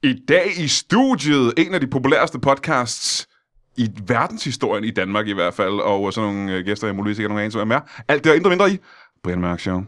I dag i studiet, en af de populæreste podcasts i verdenshistorien, i Danmark i hvert fald, og sådan nogle gæster, jeg muligvis ikke har nogen anelse, som er med. Alt det og indre mindre i Brian Mørk Show.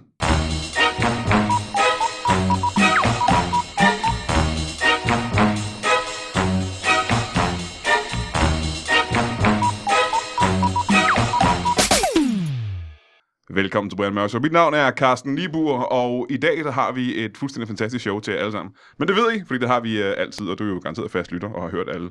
Velkommen til Brian Mørk Show. Mit navn er Carsten Niebuhr, og i dag der har vi et fuldstændig fantastisk show til jer alle sammen. Men det ved I, fordi det har vi altid, og du er jo garanteret fast lytter og har hørt alle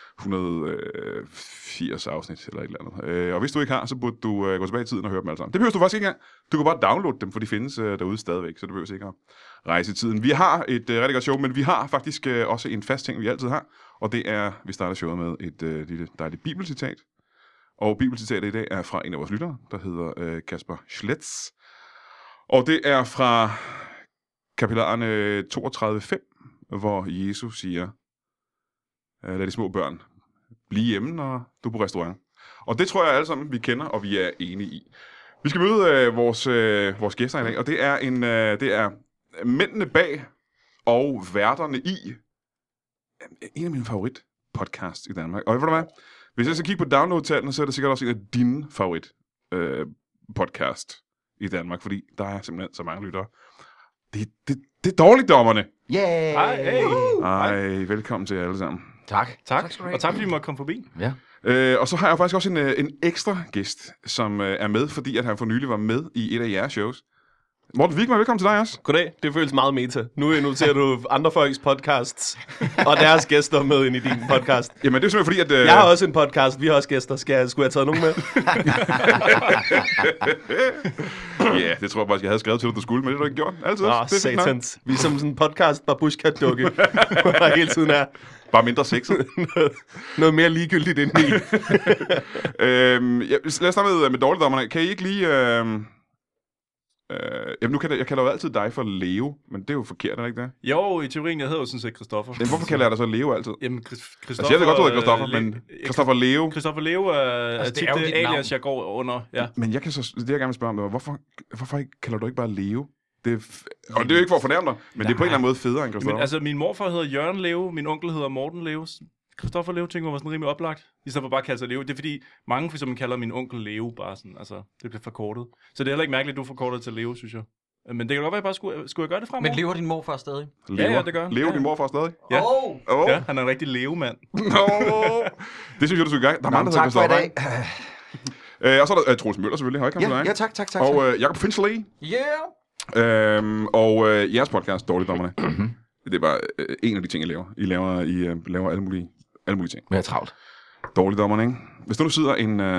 180 afsnit eller et eller andet. Og hvis du ikke har, så burde du gå tilbage i tiden og høre dem alle sammen. Det behøver du faktisk ikke engang. Du kan bare downloade dem, for de findes derude stadigvæk, så det behøver ikke at rejse i tiden. Vi har et rigtig godt show, men vi har faktisk også en fast ting, vi altid har, og det er, vi starter showet med et lille dejligt bibelcitat. Og bibelcitatet i dag er fra en af vores lyttere, der hedder Kasper Schletz. Og det er fra kapitlerne 32:5, hvor Jesus siger, lad de små børn blive hjemme, når du er på restaurant. Og det tror jeg alle sammen, vi kender, og vi er enige i. Vi skal møde vores gæster i dag, og det er mændene bag og værterne i en af mine favoritpodcasts i Danmark. Og ved du hvad? Hvis jeg skal kigge på download-tallene, så er det sikkert også en af dine favorit-podcast i Danmark, fordi der er simpelthen så mange lyttere. Det er dårligdommerne. Yeah! Ej, velkommen til jer alle sammen. Tak. Og tak, fordi vi måtte komme forbi. Ja. Og så har jeg faktisk også en ekstra gæst, som er med, fordi at han for nylig var med i et af jeres shows. Morten Wigman, velkommen til dig også. Goddag, det føles meget meta. Nu inviterer du andre folks podcasts og deres gæster med ind i din podcast. Jamen det er simpelthen fordi, at... Jeg har også en podcast, vi har også gæster. Skulle jeg have taget nogen med? Ja, det tror jeg faktisk, jeg havde skrevet til dig, du skulle, men det har du ikke gjort. Altid. Satans. Vi er som sådan en podcast babushka-dukke, der hele tiden er... Bare mindre sexet. noget mere ligegyldigt end det. Lad os starte med dårligdommerne. Kan I ikke lige... Jamen, jeg kalder jo altid dig for Leo, men det er jo forkert, er det ikke det? Jo, i teorien, jeg hedder jo sådan set Christoffer. Men hvorfor kalder jeg dig så Leo altid? Jamen, Christoffer... Altså, jeg ved godt, du hedder Christoffer, men Christoffer Leo... Christoffer Leo er tit det alias, jeg går under, ja. Men jeg kan så... Det jeg gerne vil spørge om, det var, hvorfor ikke kalder du ikke bare Leo? Og det er jo ikke for at fornærme dig, men det er på en eller anden måde federe end Christoffer. Men altså, min morfar hedder Jørgen Leo, min onkel hedder Morten Leo. Christoffer Leo tænker var sådan rimelig oplagt, i stedet for bare at kalde sig Leo. Det er fordi, mange for eksempel kalder min onkel Leo bare sådan, altså, det bliver forkortet. Så det er heller ikke mærkeligt, at du forkorter til Leo, synes jeg. Men det kan godt være, at jeg bare skulle jeg gøre det fremover. Men lever din morfar stadig? Ja, det gør han. Lever din morfar stadig? Ja. Ja, han er en rigtig levemand. Det synes jeg, du skal gøre. Der er mange, der hedder Christoffer. Og så er der Troels Møller selvfølgelig. Hej, Ja, tak. Og Jakob Finchley. Yeah! Og jeres podcast, Dårligdommerne. Det er bare en af de ting, I laver. I laver alle mulige ting. Men jeg er travlt. Dårligdommerne, ikke? Hvis nu sidder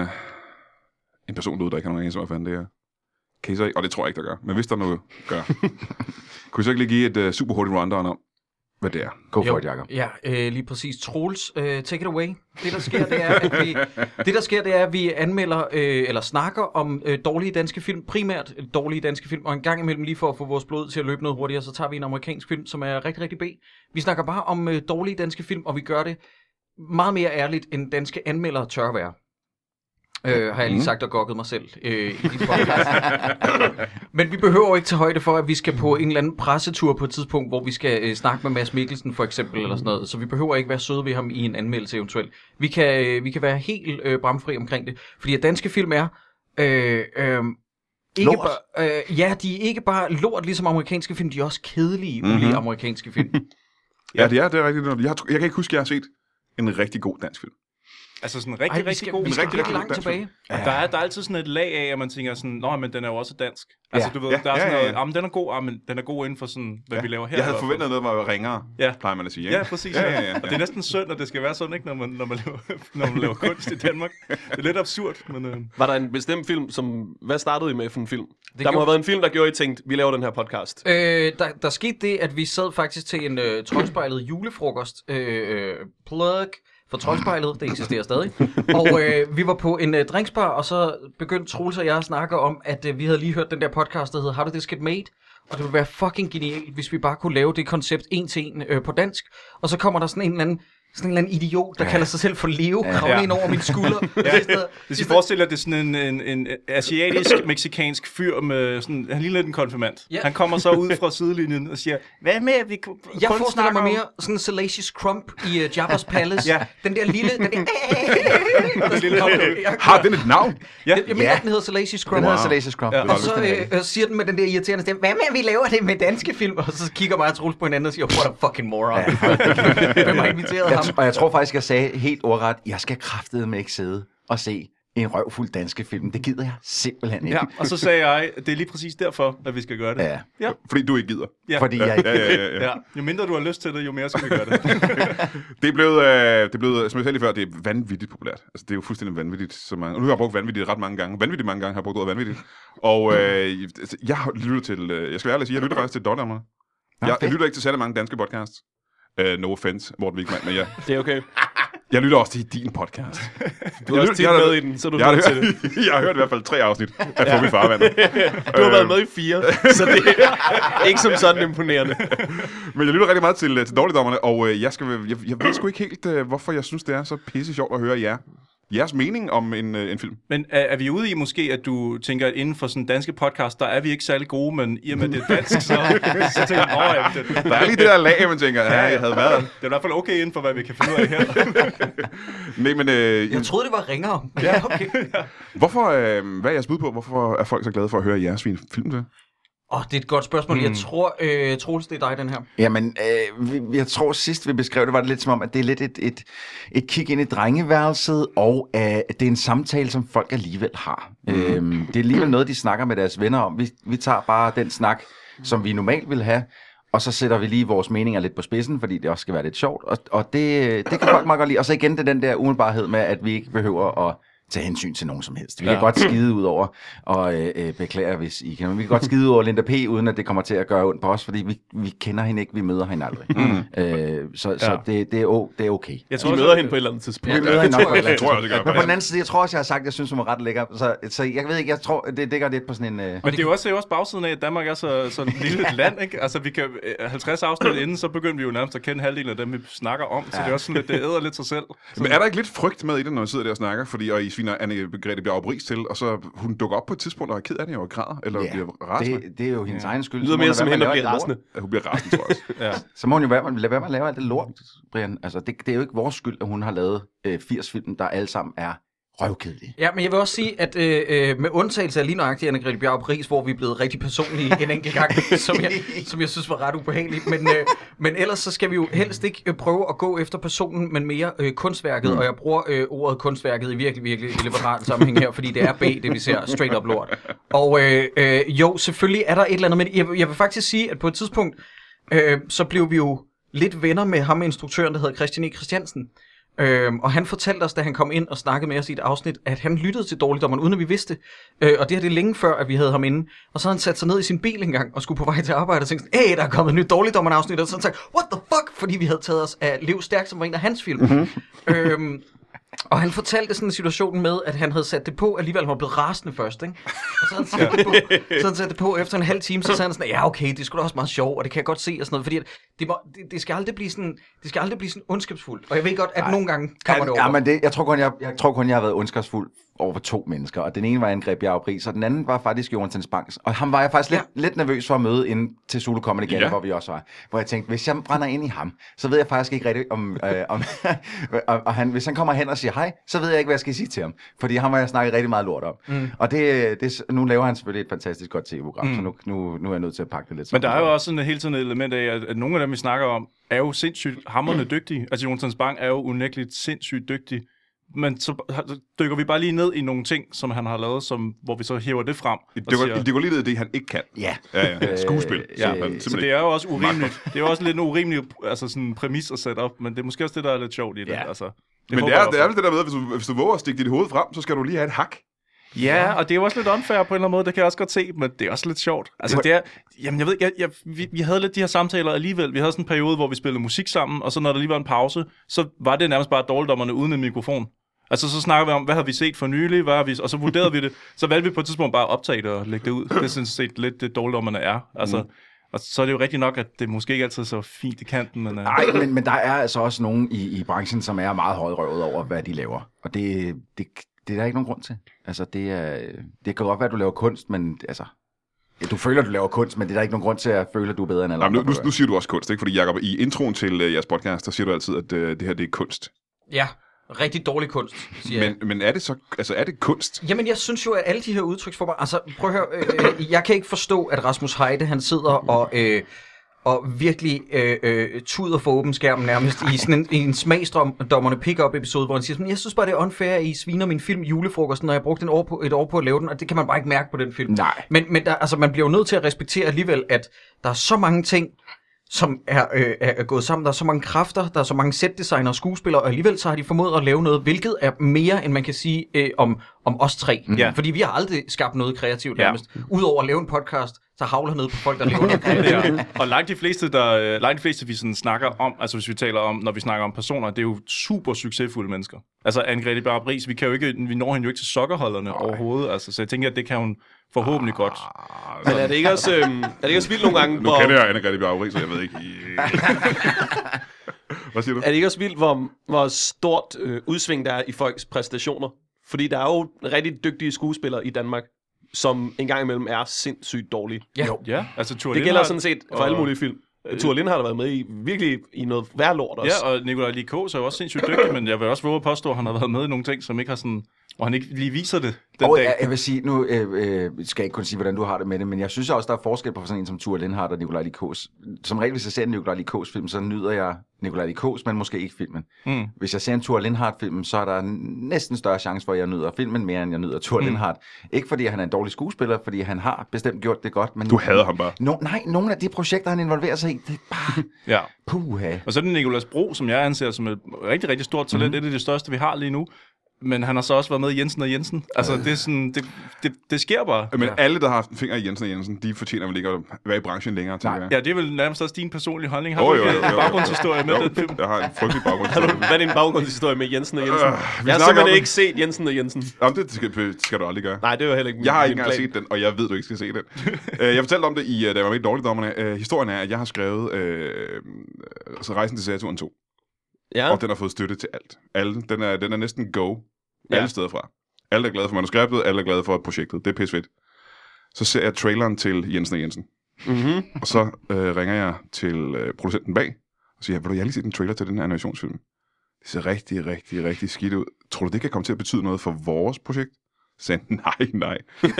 en person derude, der ikke har nogen anelse om, hvad fanden det er, kan I så ikke, og det tror jeg ikke, der gør, men hvis der noget gør, kunne I så ikke lige give et super hurtigt rundown om, hvad det er? Go for it, Jacob. Ja, lige præcis. Troels, take it away. Det, der sker, det er, at vi anmelder, eller snakker om dårlige danske film, primært dårlige danske film, og en gang imellem lige for at få vores blod til at løbe noget hurtigere, så tager vi en amerikansk film, som er rigtig, rigtig B. Vi snakker bare om dårlige danske film, og vi gør det meget mere ærligt, end danske anmeldere tør være. Har jeg lige sagt og gokket mig selv i din podcast. Men vi behøver ikke tage højde for, at vi skal på en eller anden pressetur på et tidspunkt, hvor vi skal snakke med Mads Mikkelsen for eksempel, eller sådan noget. Så vi behøver ikke være søde ved ham i en anmeldelse eventuelt. Vi kan være helt bramfri omkring det. Fordi at danske film er... ikke bare, de er ikke bare lort, ligesom amerikanske film. De er også kedelige, ulige amerikanske film. Ja, det er rigtigt. Jeg kan ikke huske, at jeg har set en rigtig god dansk film. Altså sådan rigtig god. Vi skal rigtig langt tilbage. Ja. Der er altid sådan et lag af, at man tænker sådan, nå, men den er jo også dansk. Altså du ved, der er sådan noget, men den er god, men den er god inden for sådan, hvad vi laver her. Jeg havde forventet noget, der var ringere, plejer man at sige. Ikke? Ja, præcis. Ja. Og det er næsten synd, at det skal være sådan, ikke, når man laver kunst i Danmark. Det er lidt absurd, men... Var der en bestemt film, hvad startede I med for en film? Der må have været en film, der gjorde, I tænkte, vi laver den her podcast. Der skete det, at vi sad faktisk til en Troldspejlet julefrokost. Plug for Troldspejlet, det eksisterer stadig. Og vi var på en drinksbar, og så begyndte Troels og jeg at snakke om, at vi havde lige hørt den der podcast, der hedder How Did This Get Made? Og det ville være fucking genialt, hvis vi bare kunne lave det koncept en til en på dansk. Og så kommer der sådan en eller anden sådan en eller anden idiot, der kalder sig selv for Leo, kravle ind over min skulder. Hvis I forestiller, at det er sådan en asiatisk-meksikansk fyr med sådan, han ligner lidt en konfirmand. Ja. Han kommer så ud fra sidelinjen og siger, hvad med, vi jeg forestiller mig mere sådan en Salacious Crump i Jabba's Palace. Den der lille... Har den et navn? Jeg mener, den hedder Salacious Crump. Den hedder Salacious Crump. Og så siger den med den der irriterende stemme, hvad med, vi laver det med danske film? Og så kigger mig og Troels på hinanden og siger, what a fucking moron. Hvem har inviteret ham? Og jeg tror faktisk, jeg sagde helt ordret, jeg skal kraftedeme ikke sidde og se en røvfuld danske film. Det gider jeg simpelthen ikke. Ja, og så sagde jeg, det er lige præcis derfor, at vi skal gøre det. Ja. Fordi du ikke gider. Ja. Fordi jeg ikke... Ja. Jo mindre du har lyst til det, jo mere skal vi gøre det. Det er blevet, som jeg sagde lige før, det er vanvittigt populært. Altså, det er jo fuldstændig vanvittigt. Så mange, og nu har jeg brugt vanvittigt ret mange gange. Vanvittigt mange gange har jeg brugt ordet vanvittigt. Og jeg har lyttet til, jeg skal være ærlig at sige, jeg lytter faktisk til Dårligdommerne. Jeg lytter ikke til særlig mange danske podcasts. No offense, Morten Wigman, men ja. Det er okay. Jeg lytter også til din podcast. Du har også tit med i den, så du lytter til det. Jeg har hørt i hvert fald 3 afsnit af Få mit farvandet. Du har været med i 4, så det er ikke som sådan imponerende. Men jeg lytter rigtig meget til Dårligdommerne, og jeg ved sgu ikke helt, hvorfor jeg synes, det er så pisse sjovt at høre jeres mening om en film. Men er vi ude i måske, at du tænker, at inden for sådan danske podcast, der er vi ikke særlig gode, men i og med det er dansk, så tænker jeg, der er lige det der lag, man tænker, jeg havde været. Det er i hvert fald okay inden for, hvad vi kan finde ud af her. Nej, men... jeg troede, det var ringere. Ja, okay. Hvorfor, hvad er jeres bud på, hvorfor er folk så glade for at høre jeres film til? Det er et godt spørgsmål. Jeg tror, Troels, det er dig, den her. Jamen, jeg tror sidst vi beskrev det, var det lidt som om, at det er lidt et kig ind i drengeværelset, og det er en samtale, som folk alligevel har. Det er alligevel noget, de snakker med deres venner om. Vi tager bare den snak, som vi normalt vil have, og så sætter vi lige vores meninger lidt på spidsen, fordi det også skal være lidt sjovt. Og det kan folk meget godt lide. Og så igen det den der umiddelbarhed med, at vi ikke behøver at tage hensyn til nogen som helst. Vi kan godt skide ud over, og beklager, hvis I kan. Vi kan godt skide ud over Linda P., uden at det kommer til at gøre ondt på os, fordi vi kender hende ikke, vi møder hende aldrig. Så det er okay. Jeg tror, vi møder hende på et eller andet tidspunkt. Vi møder hende nok på et eller andet tidspunkt. Men på den anden side, jeg tror også, jeg har sagt, at jeg synes, hun var ret lækker. Så jeg ved ikke, jeg tror, det ligger lidt på sådan en... Men det er jo også bagsiden af, at Danmark er så et lille land, ikke? Altså, vi kan 50 afsnit inden, så begynder vi jo nærmest at kende halvdelen af dem, vi snakker om. Så det er også sådan lidt, det æder lidt sig selv. Men er der ikke lidt frygt med i det, når I sidder der og snakker? Fordi I sviner Anne-Grethe Bjarup Riis til, og så hun dukker op på et tidspunkt, og er ked af det, og græder, eller bliver rasende? Det er jo hendes egen skyld. Det lyder mere som hende, der bliver rasende. Ja, hun bliver rasende, tror jeg også. Så må hun jo lade være med at lave alt det lort, Brian. Altså, det er jo ikke vores skyld, at hun har lavet 80 film, der alle sammen er røvkedelige. Ja, men jeg vil også sige, at med undtagelse af lige nøjagtigt Anne-Grethe Bjarup Riis, hvor vi er blevet rigtig personlige en enkelt gang, som jeg synes var ret ubehageligt, men ellers så skal vi jo helst ikke prøve at gå efter personen, men mere kunstværket, og jeg bruger ordet kunstværket i virkelig, virkelig liberal sammenhæng her, fordi det er B, det vi ser straight up lort. Og jo, selvfølgelig er der et eller andet, men jeg vil faktisk sige, at på et tidspunkt, så blev vi jo lidt venner med ham, instruktøren, der hedder Christian E. Christiansen. Og han fortalte os, da han kom ind og snakkede med os i et afsnit, at han lyttede til Dårligdommerne, uden at vi vidste. Og det har det længe før, at vi havde ham inde. Og så havde han sat sig ned i sin bil engang og skulle på vej til arbejde og tænkte, hey, der er kommet et nyt Dårligdommerne-afsnit. Og så han sagde, what the fuck? Fordi vi havde taget os af Lev Stærk, som var en af hans film. Og han fortalte sådan en situation med, at han havde sat det på, alligevel han var blevet rasende først, ikke? Og så havde han sat det på, efter en halv time, så sagde han sådan, ja okay, det skulle da også meget sjovt, og det kan jeg godt se, og sådan noget, fordi det skal aldrig blive sådan ondskabsfuldt, og jeg ved godt, at nogle gange kommer det over. Ja, men jeg tror kun, jeg har været ondskabsfuld over 2 mennesker, og den ene var Anne-Grethe Bjarup Riis, og den anden var faktisk Jonathan Spangs, og ham var jeg faktisk lidt nervøs for at møde ind til Zulu Comedy Gala, hvor vi også var, hvor jeg tænkte, hvis jeg brænder ind i ham, så ved jeg faktisk ikke rigtigt om hvis han kommer hen og siger hej, så ved jeg ikke, hvad jeg skal sige til ham, fordi ham har jeg snakket rigtig meget lort om, og nu laver han selvfølgelig et fantastisk godt tv-program, så nu er jeg nødt til at pakke det lidt sammen. Men der er jo også sådan et helt sådan et element af, at nogle af dem, vi snakker om, er jo sindssygt hamrende dygtige. Altså Jonathan Spang er jo unægteligt sindssygt dygtig. Men så dykker vi bare lige ned i nogle ting, som han har lavet, hvor vi så hæver det frem. Det går lige ned i det, han ikke kan. Ja. Skuespil. Så det er jo også urimeligt. Det er jo også lidt en urimelig sådan præmis at sætte op, men det er måske også det, der er lidt sjovt i det. Ja. Altså, men det er vel det der med, at hvis du våger at stikke dit hoved frem, så skal du lige have et hak. Ja, og det er jo også lidt unfair på en eller anden måde, det kan jeg også godt se, men det er også lidt sjovt. Altså det er, jamen jeg ved, vi havde lidt de her samtaler alligevel. Vi havde sådan en periode, hvor vi spillede musik sammen, og så når der lige var en pause, så var det nærmest bare Dårligdommerne uden en mikrofon. Altså så snakker vi om, hvad har vi set for nylig, og så vurderede vi det. Så valgte vi på et tidspunkt bare at optage det og lægge det ud. Det er sådan set lidt det Dårligdommerne er. Altså, Og så er det jo rigtigt nok, at det måske ikke altid er så fint i kanten. Men, Nej, men der er altså også nogen i branchen, som er meget højrøvet over, hvad de laver. Og det er der ikke nogen grund til. Altså, det kan godt være, at du laver kunst, men altså... Ja, du føler, at du laver kunst, men det er der ikke nogen grund til at føle, at du er bedre end alle andre. Nu siger du også kunst, ikke? Fordi Jacob, i introen til jeres podcast, der siger du altid, at det her det er kunst. Ja, rigtig dårlig kunst, siger jeg. Men er det så, altså er det kunst? Jamen, jeg synes jo, at alle de her udtryksformer... Altså, prøv at høre, jeg kan ikke forstå, at Rasmus Heide, han sidder og virkelig tuder for åben skærmen nærmest i sådan en smagsdommerne pick-up episode, hvor han siger sådan, jeg synes bare, det er unfair, at I sviner min film Julefrokosten, når jeg brugte et år på at lave den, og det kan man bare ikke mærke på den film. Nej. Men der, altså, man bliver jo nødt til at respektere alligevel, at der er så mange ting, som er gået sammen. Der er så mange kræfter, der er så mange setdesigner og skuespillere, og alligevel så har de formået at lave noget, hvilket er mere, end man kan sige om os tre. Ja. Fordi vi har aldrig skabt noget kreativt nærmest. Udover at lave en podcast, så havler ned på folk, der laver noget kreativt. Ja. Og langt de fleste, vi sådan snakker om, altså hvis vi taler om, når vi snakker om personer, det er jo super succesfulde mennesker. Altså Anne-Grethe Bjarup Riis, vi når hende jo ikke til sokkerholderne overhovedet, altså, så jeg tænker, at det kan hun forhåbentlig godt. Men er det ikke også vildt nogle gange, Nu kender jeg Anne-Grethe Bjarup Riis, så jeg ved ikke... Hvad siger du? Er det ikke også vildt, hvor stort udsving der er i folks præstationer? Fordi der er jo rigtig dygtige skuespillere i Danmark, som en gang imellem er sindssygt dårlige. Ja, altså Thure Det gælder sådan set for alle mulige film. Thure Lindhardt har været med virkelig i noget værd lort også. Ja, og Nikolaj Lie Kaas er jo også sindssygt dygtig, men jeg vil også våge at påstå, at han har været med i nogle ting, som ikke har sådan... Og han ikke lige viser det den dag. Jeg vil sige, nu skal jeg ikke kun sige, hvordan du har det med det, men jeg synes også, der er forskel på sådan en som Thure Lindhardt og Nikolaj Lie Kaas. Som regel, hvis jeg ser en Nikolaj Lie Kaas film, så nyder jeg Nikolaj Lie Kaas, men måske ikke filmen. Hvis jeg ser en Thure Lindhardt film, så er der næsten større chance for, at jeg nyder filmen mere, end jeg nyder Thure Lindhardt. Ikke fordi han er en dårlig skuespiller, fordi han har bestemt gjort det godt. Men Du hader ham bare. Nogle af de projekter, han involverer sig i, det er bare... Ja. Puha. Og så er det Nicolas Bro, som jeg anser som et rigtig, rigtig stort talent. Det er det største, vi har lige nu. Men han har så også været med i Jensen og Jensen. Altså, det er sådan, det sker bare. Men alle, der har haft en finger i Jensen og Jensen, de fortjener vel ikke at være i branchen længere, tænker jeg. Ja, det er vel nærmest også din personlige holdning. Har du ikke en baggrundshistorie med den film? Jeg har en frygtelig baggrundshistorie. Hvad er din baggrundshistorie med Jensen og Jensen? Jeg har simpelthen ikke set Jensen og Jensen. Jamen, det skal du aldrig gøre. Nej, det var heller ikke Jeg har ikke min engang plan. set den, og jeg ved, du ikke skal se den. Jeg fortalte om det, da jeg var med i Dårligdommerne. Historien er, at jeg har skrevet så Rejsen til Saturn 2. Ja. Og den har fået støtte til alt. Den er næsten go. Alle steder fra. Alle er glade for manuskriptet, alle er glade for projektet. Det er pissefedt. Så ser jeg traileren til Jensen og Jensen. Mm-hmm. Og så ringer jeg til producenten bag, og siger, vil du lige se den trailer til den her animationsfilm? Det ser rigtig, rigtig, rigtig skidt ud. Tror du, det kan komme til at betyde noget for vores projekt? Så sagde han, nej.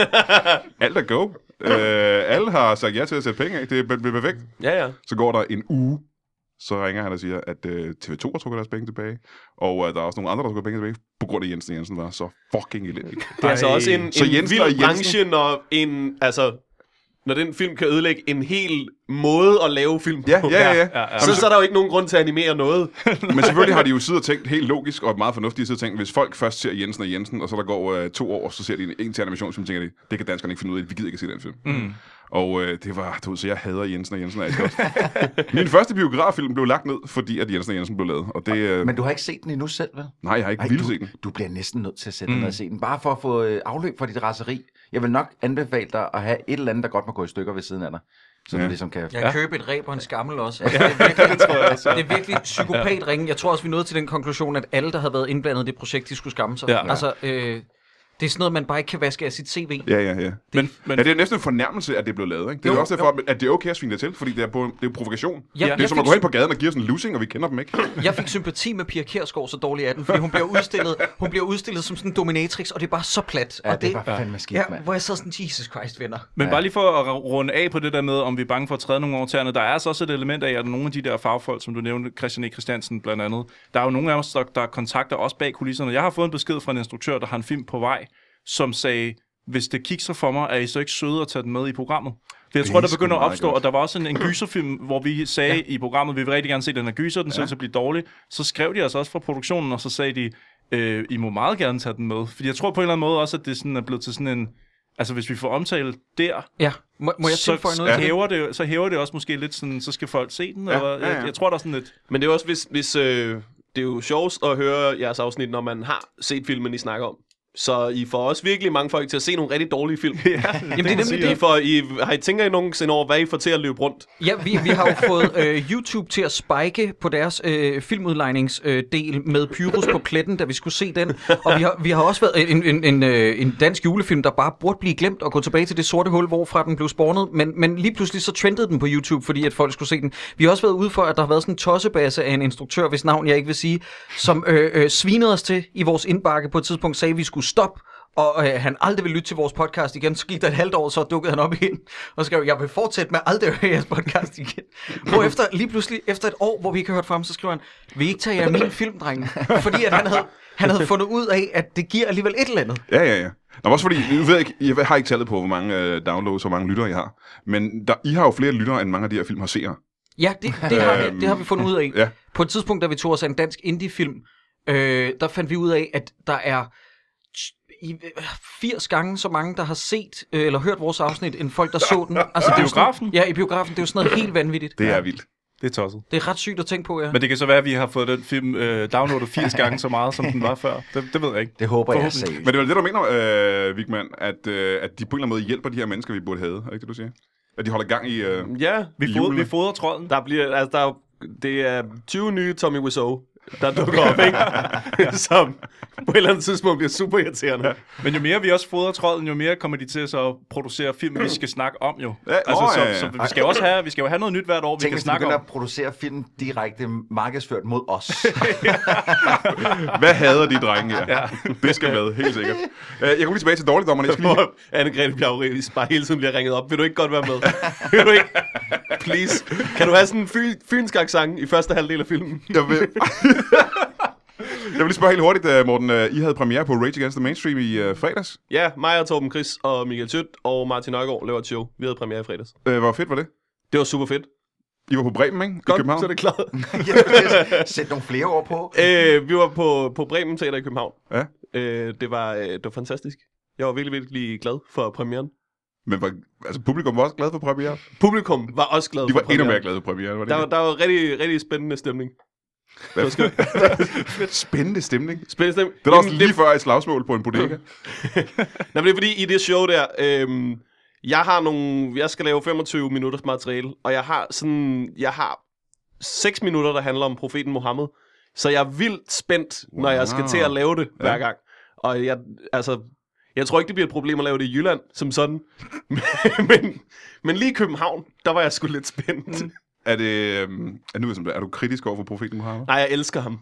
Alt er go. Alle har sagt ja til at sætte penge af. Det bliver perfekt. Ja. Så går der en uge, så ringer han og siger, at TV2 har trukket deres penge tilbage, og der er også nogle andre, der trukket penge tilbage, på grund af Jensen og Jensen var så fucking elendig. Det er altså også en vild branche, når når den film kan ødelægge en hel måde at lave film på. Ja. Så er der jo ikke nogen grund til at animere noget. Men selvfølgelig har de jo siddet og tænkt helt logisk og meget fornuftigt siddet og tænkt, hvis folk først ser Jensen og Jensen, og så der går 2 år, så ser de en til animationsfilm, tænker de, det kan danskerne ikke finde ud af, vi gider ikke se den film. Og det var, så jeg hader Jensen og Jensen. Min første biograffilm blev lagt ned, fordi at Jensen og Jensen blev lavet. Og det, Men du har ikke set den endnu selv, vel? Nej, jeg har ikke vildt set den. Du bliver næsten nødt til at sætte dig ned og se den, bare for at få afløb for dit raseri. Jeg vil nok anbefale dig at have et eller andet, der godt må gå i stykker ved siden af dig. Så du ligesom kan... Jeg køber et ræb og en skammel også. Altså, det er virkelig psykopatringen. Jeg tror også, vi nåede til den konklusion, at alle, der havde været indblandet i det projekt, de skulle skamme sig. Ja. Altså, det er sådan noget, man bare ikke kan vaske af sit CV. Ja. Men det er næsten en fornærmelse, at det blev lavet, ikke? Det er jo også derfor, at det er okay at svine det til, fordi det er jo provokation. Ja, det er som at gå hen på gaden og give os en lussing, og vi kender dem ikke. Jeg fik sympati med Pia Kjærsgaard så dårligt af den, fordi hun bliver udstillet som sådan en dominatrix, og det er bare så plat. Ja, og det var fandme skidt, mand. Hvor jeg sad sådan, Jesus Christ, venner. Men bare lige for at runde af på det der med, om vi er bange for at træde nogle over tæerne, der er altså også et element af, at nogle af de der fagfolk, som du nævnte, Christian E. Christiansen blandt andet, der er jo nogle af os, der kontakter os bag kulisserne. Jeg har fået en besked fra en instruktør, der har en film på vej, som sagde, hvis det kigger for mig, er I så ikke søde at tage den med i programmet? For jeg tror, der begynder at opstå, og der var også en gyserfilm, hvor vi sagde i programmet, vi vil rigtig gerne se den her gyser, den ser til at blive dårlig. Så skrev de altså også fra produktionen, og så sagde de, I må meget gerne tage den med. Fordi jeg tror på en eller anden måde også, at det sådan er blevet til sådan en... Altså, hvis vi får omtale der, ja. Må jeg tilføje noget? Så hæver det også måske lidt sådan, så skal folk se den. Eller, jeg tror, der er sådan lidt... Men det er også, hvis det er jo sjovest at høre jeres afsnit, når man har set filmen, I snakker om. Så I får også virkelig mange folk til at se nogle rigtig dårlige film. Jamen, det er nemlig det. Tænker I nogensinde over, hvad I får til at løbe rundt? Ja, vi har jo fået YouTube til at spike på deres filmudlejningsdel med Pyrus på pletten, da vi skulle se den. Og vi har også været en dansk julefilm, der bare burde blive glemt og gå tilbage til det sorte hul, hvorfra den blev spawnet. Men lige pludselig så trendede den på YouTube, fordi at folk skulle se den. Vi har også været ude for, at der har været sådan en tossebasse af en instruktør, hvis navn jeg ikke vil sige, som svinede os til i vores indbakke på et tidspunkt, sagde, at vi skulle stoppe, og han aldrig ville lytte til vores podcast igen. Så gik der et halvt år, så dukkede han op igen og skrev, jeg vil fortsætte med aldrig at høre jeres podcast igen. Hvorefter lige pludselig, efter et år, hvor vi ikke har hørt fra ham, så skriver han, vil I ikke tage jer min film, drenge? Fordi at han havde fundet ud af, at det giver alligevel et eller andet. Ja. Nå, også fordi, jeg har ikke tallet på, hvor mange downloads, hvor mange lyttere I har. Men I har jo flere lyttere, end mange af de her film har seere. Ja, det har vi fundet ud af. Ja. På et tidspunkt, da vi tog os af en dansk indie-film, der fandt vi ud af, at der er 80 gange så mange, der har set eller hørt vores afsnit, end folk, der så den. Altså, I biografen? Ja, i biografen. Det er jo sådan noget helt vanvittigt. Det er vildt. Det er tosset. Det er ret sygt at tænke på, ja. Men det kan så være, at vi har fået den film downloadet 80 gange så meget, som den var før. Det ved jeg ikke. Det håber jeg seriøst. Men det er vel det, du mener, Vigman, at de på en eller anden måde hjælper de her mennesker, vi burde have. Er ikke det, du siger? At de holder gang i Ja, Vi fodrer trolden. Det er 20 nye Tommy Wiseau, der dukker op, ikke? Som på et eller andet tidspunkt bliver super irriterende. Ja. Men jo mere vi også fodrer trolden, jo mere kommer de til så at producere film, vi skal snakke om jo. Ja, Så vi skal jo også have noget nyt hvert år, vi kan snakke om. Tænk, at producere film direkte markedsført mod os. Hvad hader de drenge her? Ja. Det skal med, helt sikkert. Jeg kommer lige tilbage til dårligdommerne. Jeg skal lige... Anne-Grethe Bjarup bare hele tiden bliver ringet op. Vil du ikke godt være med? Vil du ikke? Please. Kan du have sådan en fynsk accent i første halvdel af filmen? Jeg vil lige spørge helt hurtigt, Morten. I havde premiere på Rage Against the Mainstream i fredags. Ja, mig og Torben Chris og Michael Tjødt og Martin Nørgaard laver et show. Vi havde premiere i fredags. Hvor fedt var det? Det var super fedt. I var på Bremen, ikke? I Godt, København. så er det klart. Sæt nogle flere ord på. Vi var på Bremen Teater i København. Ja. Det var fantastisk. Jeg var virkelig, virkelig glad for premieren. Men publikum var også glad for premiere? Publikum var også glad De for var premieren. endnu mere glade for premiere, var det ikke? Der var rigtig, rigtig spændende stemning. Spændende stemning. Spændende stemning. Det er også lige før et slagsmål på en bodega. Nej, men det er fordi, i det show der, jeg skal lave 25 minutters materiale, og jeg har 6 minutter, der handler om profeten Mohammed. Så jeg er vildt spændt, når jeg skal til at lave det hver gang. Og jeg tror ikke, det bliver et problem at lave det i Jylland, som sådan. men lige i København, der var jeg sgu lidt spændt. Er du kritisk over for profeten Mohammed? Nej, jeg elsker ham.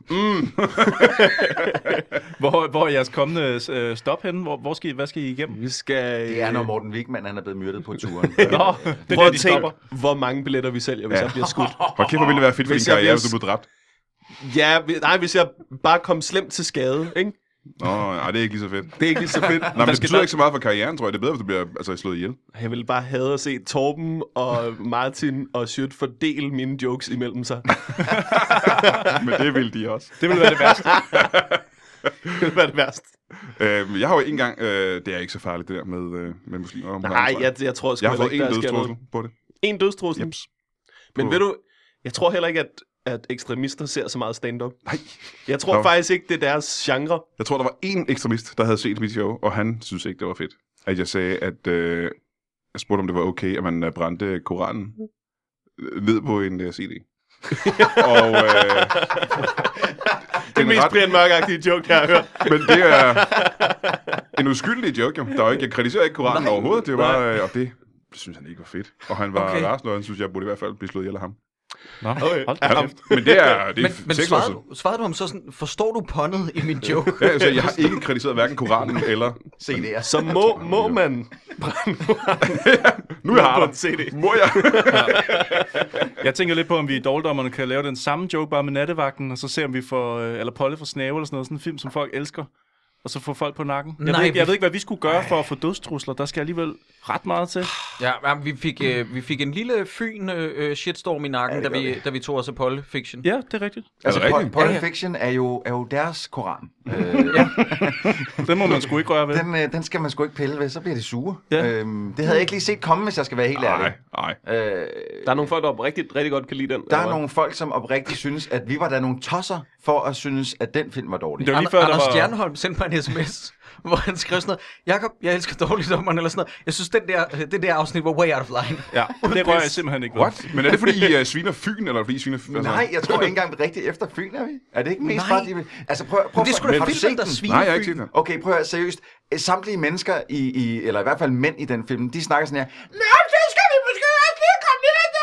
Hvor er jeres kommende stop henne? Hvad skal I igennem? Vi skal... Det er, når Morten Wigman han er blevet myrdet på turen. Nå, det Prøv er at de tænke, stopper. hvor mange billetter vi sælger, hvis jeg bliver skudt. Hvor kæft, hvor ville det være fedt for din karriere, hvis du blev dræbt? Ja, hvis jeg bare kom slemt til skade, ikke? Nej, det er ikke lige så fedt. Det er ikke lige så fedt. Nej, men det betyder ikke så meget for karrieren, tror jeg. Det er bedre, hvis du bliver slået ihjel. Jeg ville bare have at se Torben og Martin og Sjøt fordele mine jokes imellem sig. Men det ville de også. Det ville være det værste. Det ville være det værste. Jeg har jo ikke engang... det er ikke så farligt, det der med muslimer. Nej, jeg tror sgu jeg har fået ikke, en der sker dødstrussel noget. på det. En dødstrussel? Jeps. Men ved du, jeg tror heller ikke, at ekstremister ser så meget stand-up. Nej. Jeg tror faktisk ikke, det er deres genre. Jeg tror, der var én ekstremist, der havde set mit show, og han synes ikke, det var fedt. At jeg sagde, at... jeg spurgte, om det var okay, at man brændte Koranen ned på en CD. Og... det er mest Brian Mørk-agtige joke, jeg har hørt. Men det er en uskyldig joke, jo. Der er ikke, jeg kritiserer ikke Koranen overhovedet. Det var, og det synes han ikke var fedt. Og han var rasende, og han synes, jeg burde i hvert fald blive slået ihjel af ham. Nå, hold da kæft. Men det er Men svarede du ham så sådan, forstår du pundet i min joke? Ja, altså, jeg har ikke kritiseret hverken Koranen eller... CD'er. Så må man brænde Nu jeg har på en det. CD. Må jeg? Jeg tænker lidt på, om vi i Dårligdommerne kan lave den samme joke bare med nattevagten, og så se, om vi får, eller Polle for Snave eller sådan noget, sådan en film, som folk elsker, og så få folk på nakken. Jeg ved ikke, hvad vi skulle gøre for at få dødstrusler. Der skal alligevel ret meget til. Ja, vi fik en lille Fyn shitstorm i nakken, da vi tog os af Polle Fiction. Ja, det er rigtigt. Altså, Pulp Fiction er jo deres koran. Den må man sgu ikke røre ved. Den skal man sgu ikke pille ved, så bliver det sure. Ja. Det havde jeg ikke lige set komme, hvis jeg skal være helt ærlig. Nej. Der er nogle folk, der rigtig godt kan lide den. Der er nogle folk, som oprigtigt synes, at vi var der nogle tosser for at synes, at den film var dårlig. Det var lige før, Anders Stjernholm sendte mig en sms hvor han skrev sådan noget, Jakob, jeg elsker dårligdommeren, eller sådan noget. Jeg synes, det der afsnit var way out of line. Ja, det rører jeg simpelthen ikke ved. What? Men er det fordi I sviner Fyn, eller fordi I sviner Fyn? Nej, jeg tror ikke engang rigtigt efter Fyn, er vi? Er det ikke mest bare... Altså, prøv Det er sgu da har du filmen, set der den? sviner Nej, jeg har ikke Fyn. set den. Okay, prøv at høre, seriøst. Samtlige mennesker eller i hvert fald mænd i den film, de snakker sådan her, nå, så skal vi måske også lige komme ned der.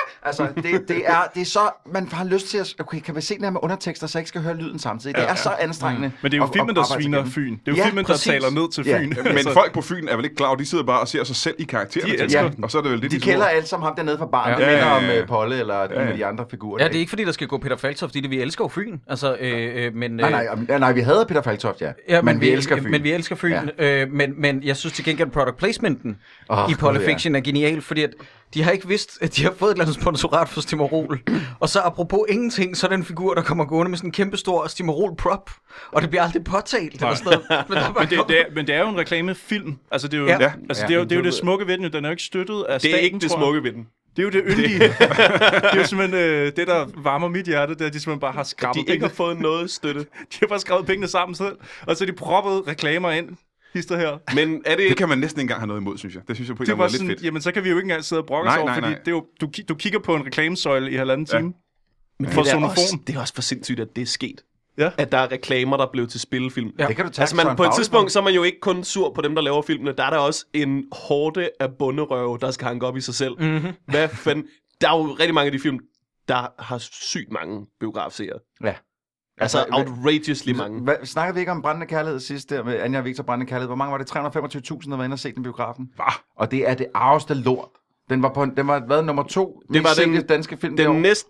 Altså, det er så, man har lyst til at, okay, kan vi se den her med undertekster, så jeg ikke skal høre lyden samtidig. Det er så anstrengende. Men det er jo filmen, der arbejde sviner igennem. Fyn. Det er jo Ja, filmen, der præcis. taler ned til Ja. Fyn. Men folk på Fyn er vel ikke klar over, de sidder bare og ser sig selv i karaktererne. De til elsker det. den. Og så er det vel det, De kælder alle som ham dernede fra baren. Ja. Det minder om Ja. Polle eller en af de andre figurer. Ja, det er ikke fordi, der skal gå Peter Falktoft i det. Vi elsker jo Fyn. Altså, men... Nej, vi hader Peter Falktoft, ja. Men vi elsker Fyn. Men vi elsker Fyn. Ja. Men jeg synes til gengæld, product placementen i Pulp Gud, ja. Fiction er genial, fordi at de har ikke vidst, at de har fået et eller andet sponsorat for Stimorol. Og så apropos ingenting, så er den figur, der kommer gående med sådan en kæmpe stor Stimorol-prop. Og det bliver aldrig påtalt. Eller sådan noget. Men det er jo en reklamefilm. Altså, det er jo, Ja. det er jo det smukke ved den. Den er jo ikke støttet af Det er staten, ikke det tror jeg. smukke ved den. Det er jo det yndige. Det er jo simpelthen det, der varmer mit hjerte, det er, at de simpelthen bare har De skrabet ikke har fået noget støtte. De har bare skrevet pengene sammen selv, og så har de proppet reklamer ind. Hister her. Men er det... Det kan man næsten ikke engang have noget imod, synes jeg. Det synes jeg på en Det eller var anden måde sådan, lidt fedt. jamen så kan vi jo ikke engang sidde og brokke os Nej, over, nej, fordi nej. det er jo, du kigger på en reklamesøjle i 1,5 time. Men For det, er sonofon. også, det er også for sindssygt, at det er sket. Ja. At der er reklamer, der blev til spillefilm. Ja. Det kan du tage Altså på et tidspunkt, så er man jo ikke kun sur på dem, der laver filmene. Der er der også en horde af bunderøve, der skal hanke op i sig selv. Mm-hmm. Hvad fanden? Der er jo rigtig mange af de film, der har sygt mange biografseere. Ja. Altså outrageously mange. Snakkede vi ikke om Brændende Kærlighed sidst der med Anja og Victor Brændende Kærlighed? Hvor mange var det? 325.000, der var inde og se den biografen. Og det er det arveste lort. Den var hvad, nummer 2? Det var den danske film det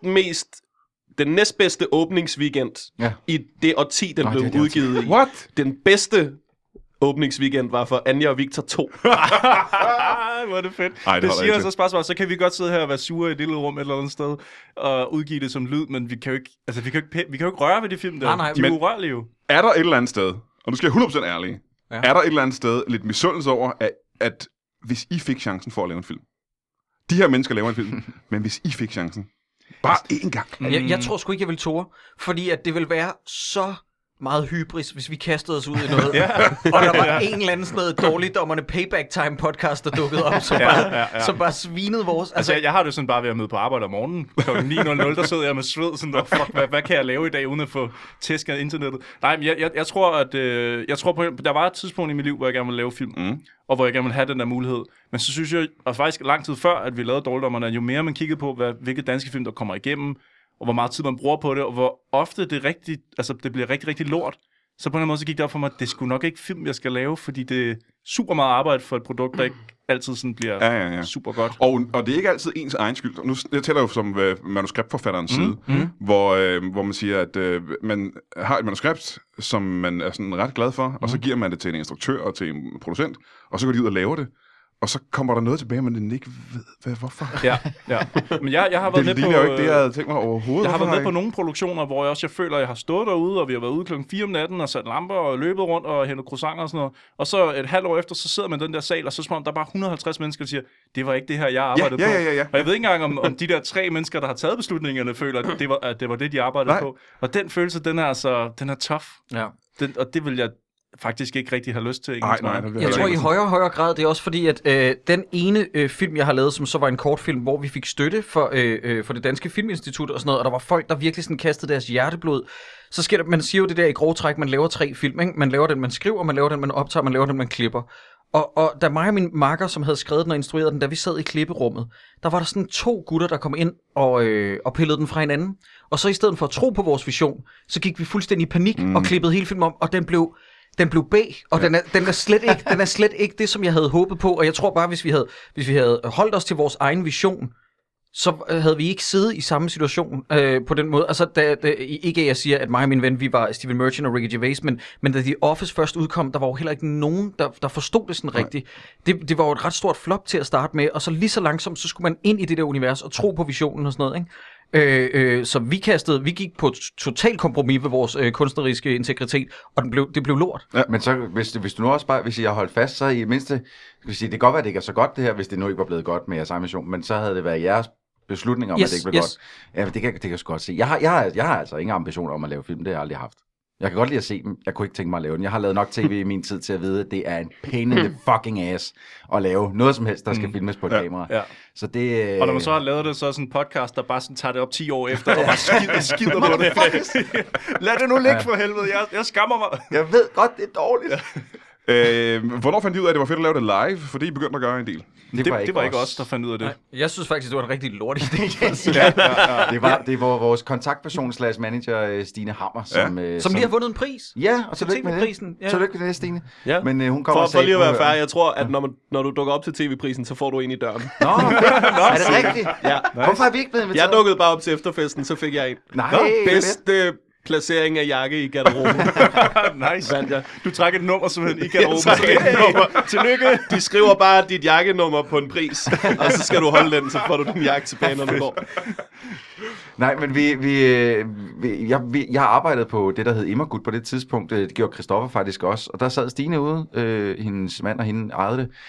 år. Den næstbedste åbningsweekend i det årti, den blev udgivet i. What? Den bedste åbningsweekend var for Anja og Victor 2. Hvor er det fedt. Ej, det det holder siger ikke så spørgsmål, så kan vi godt sidde her og være sure i et lille rum et eller andet sted og udgive det som lyd, men vi kan jo ikke, altså, vi kan jo ikke røre ved de film der. Nej, de er urørlige jo. Er der et eller andet sted, og nu skal jeg 100% ærlig, Ja. er der et eller andet sted lidt misundelse over, at hvis I fik chancen for at lave en film, de her mennesker laver en film, men hvis I fik chancen, bare én gang. Jeg tror sgu ikke, jeg vil tåre, fordi at det vil være så meget hybris, hvis vi kastede os ud i noget. Og der var en eller anden sådan noget dårligdommerne Payback Time podcast, der dukkede op, som bare svinede vores... Altså, jeg har det sådan bare ved at møde på arbejde om morgenen. Kl. 9.00, der sidder jeg med sved, sådan der, fuck, hvad kan jeg lave i dag, uden at få tæsk af internettet? Nej, men jeg tror, at der var et tidspunkt i mit liv, hvor jeg gerne ville lave film, og hvor jeg gerne ville have den der mulighed. Men så synes jeg, og faktisk lang tid før, at vi lavede Dårligdommerne, jo mere man kiggede på, hvilke danske film, der kommer igennem, og hvor meget tid man bruger på det, og hvor ofte det bliver rigtig, rigtig lort. Så på en måde så gik det op for mig, at det skulle nok ikke film, jeg skal lave, fordi det er super meget arbejde for et produkt, der ikke altid sådan bliver super godt. Og det er ikke altid ens egen skyld. Nu jeg tæller jo som manuskriptforfatterens side, hvor man siger, at man har et manuskript, som man er sådan ret glad for, og så giver man det til en instruktør og til en producent, og så går de ud og laver det. Og så kommer der noget tilbage, men den ikke ved, hvorfor. Ja. Men jeg har været med på... Det ligner jo ikke det, jeg havde tænkt mig overhovedet. Jeg har været med på nogle produktioner, hvor jeg føler, at jeg har stået derude, og vi har været ude klokken 4 om natten og sat lamper og løbet rundt og hentet croissanter og sådan noget. Og så et halvt år efter, så sidder man i den der sal, og så som om der er bare 150 mennesker, der siger, det var ikke det her, jeg arbejdede på. Ja. Og jeg ved ikke engang, om de der 3 mennesker, der har taget beslutningerne, føler, at det var det, de arbejdede på. Og den følelse, den er tough. Ja. Og det vil jeg faktisk ikke rigtig have lyst til. Nej, jeg tror i højere og højere grad, det er også fordi, at den ene film, jeg har lavet, som så var en kortfilm, hvor vi fik støtte for det Danske Filminstitut og sådan noget, og der var folk, der virkelig sådan kastede deres hjerteblod. Så sker det, man siger jo det der i grove træk, man laver 3 film, ikke? Man laver den, man skriver, man laver den, man optager, man laver den, man klipper. Og da mig og min makker, som havde skrevet den og instrueret den, da vi sad i klipperummet, der var der sådan 2 gutter, der kom ind og pillede den fra hinanden. Og så i stedet for at tro på vores vision, så gik vi fuldstændig i panik og klippede hele filmen om, og den blev B, og den er slet ikke det, som jeg havde håbet på. Og jeg tror bare, hvis vi havde holdt os til vores egen vision, så havde vi ikke siddet i samme situation på den måde. Altså, ikke at jeg siger, at mig og min ven, vi var Stephen Merchant og Ricky Gervais, men da The Office først udkom, der var jo heller ikke nogen, der forstod det sådan rigtigt. Det var jo et ret stort flop til at starte med, og så lige så langsomt, så skulle man ind i det der univers og tro på visionen og sådan noget, ikke? Så vi gik på total kompromis ved vores kunstneriske integritet, og det blev lort. Ja. Men så, hvis du nu også bare, hvis I har holdt fast, så i mindste, skal vi sige, det kan godt være, at det ikke er så godt det her, hvis det nu ikke var blevet godt med jeres egen mission, men så havde det været jeres beslutning om, at det ikke blev godt. Ja, det kan jeg sgu godt se. Jeg har altså ingen ambitioner om at lave film, det har jeg aldrig haft. Jeg kan godt lide at se dem. Jeg kunne ikke tænke mig at lave den. Jeg har lavet nok tv i min tid til at vide, at det er en pain in the fucking ass at lave noget som helst, der skal filmes på et kamera. Ja. Så det, Og når man så har lavet det, så er sådan en podcast, der bare sådan tager det op 10 år efter, og bare skider på det. Lad det nu ligge for helvede, jeg skammer mig. jeg ved godt, det er dårligt. Hvornår fandt I ud af, at det var fedt at lave det live? Fordi I begyndte at gøre en del. Det var ikke os, der fandt ud af det. Nej, jeg synes faktisk, det var en rigtig lortig idé. Det var vores kontaktperson / manager, Stine Hammer, Som lige har vundet en pris. Ja, og tillykke med TV-prisen, det. ja. Tillykke med det, Stine. Ja. Men hun kommer For lige at være fair, jeg tror, at når du dukker op til tv-prisen, så får du en i døren. Nå, er det rigtigt? Ja. Hvorfor har vi ikke blevet inviteret? Jeg dukkede bare op til efterfesten, så fik jeg en. Nej, Bedste placering af jakke i garderoben. Nice. Vandt jeg. Du træk et nummer simpelthen i garderoben. Jeg trækker et nummer. Tillykke. De skriver bare dit jakkenummer på en pris, og så skal du holde den, så får du din jakke tilbage, når du går. Nej, men jeg har arbejdet på det, der hed Immergut på det tidspunkt. Det gjorde Christoffer faktisk også. Og der sad Stine ude, hendes mand og hende ejede det.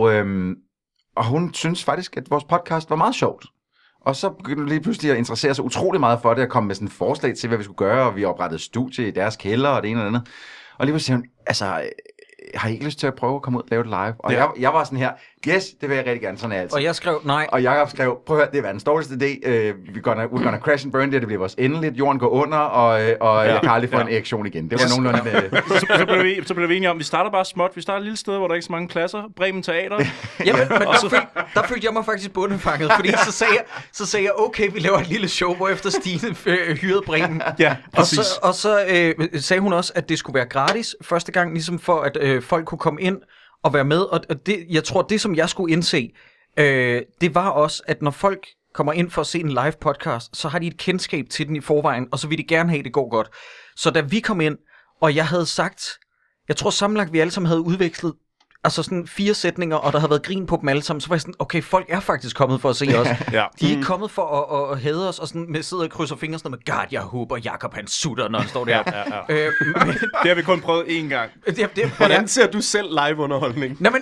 Og hun synes faktisk, at vores podcast var meget sjovt. Og så begyndte hun lige pludselig at interessere sig utrolig meget for det, og komme med sådan et forslag til, hvad vi skulle gøre, og vi oprettede studie i deres kælder, og det ene og det andet. Og lige pludselig siger hun, altså, har I ikke lyst til at prøve at komme ud og lave det live? Og jeg var sådan her, yes, det vil jeg rigtig gerne, sådan er altid. Og jeg skrev nej. Og Jacob skrev, prøv at høre, det er verdens dårligste idé, we're gonna crash and burn det bliver vores endeligt, jorden går under, og jeg kan aldrig få en erektion igen. Det var nogenlunde... Så blev vi enige om, vi starter bare småt. Vi starter et lille sted, hvor der ikke er så mange pladser. Bremen Teater. Jamen, men der følte jeg mig faktisk bundefanget, fordi så sagde jeg, okay, vi laver et lille show, hvor efter Stine hyrede Bremen. Ja, præcis. Og så sagde hun også, at det skulle være gratis første gang, ligesom for at folk kunne komme ind og være med. Og det, jeg tror, det som jeg skulle indse, det var også, at når folk kommer ind for at se en live podcast, så har de et kendskab til den i forvejen, og så vil de gerne have, at det går godt. Så da vi kom ind, og jeg havde sagt, jeg tror sammenlagt, vi alle sammen havde udvekslet altså sådan 4 sætninger, og der havde været grin på dem alle sammen, så var jeg sådan, okay, folk er faktisk kommet for at se os. Ja. De er ikke kommet for at hade os, og sådan med sidder og krydser fingre sådan med, god, jeg håber, Jacob han sutter, når han står der. Men det har vi kun prøvet én gang. Hvordan ser du selv live-underholdning? Men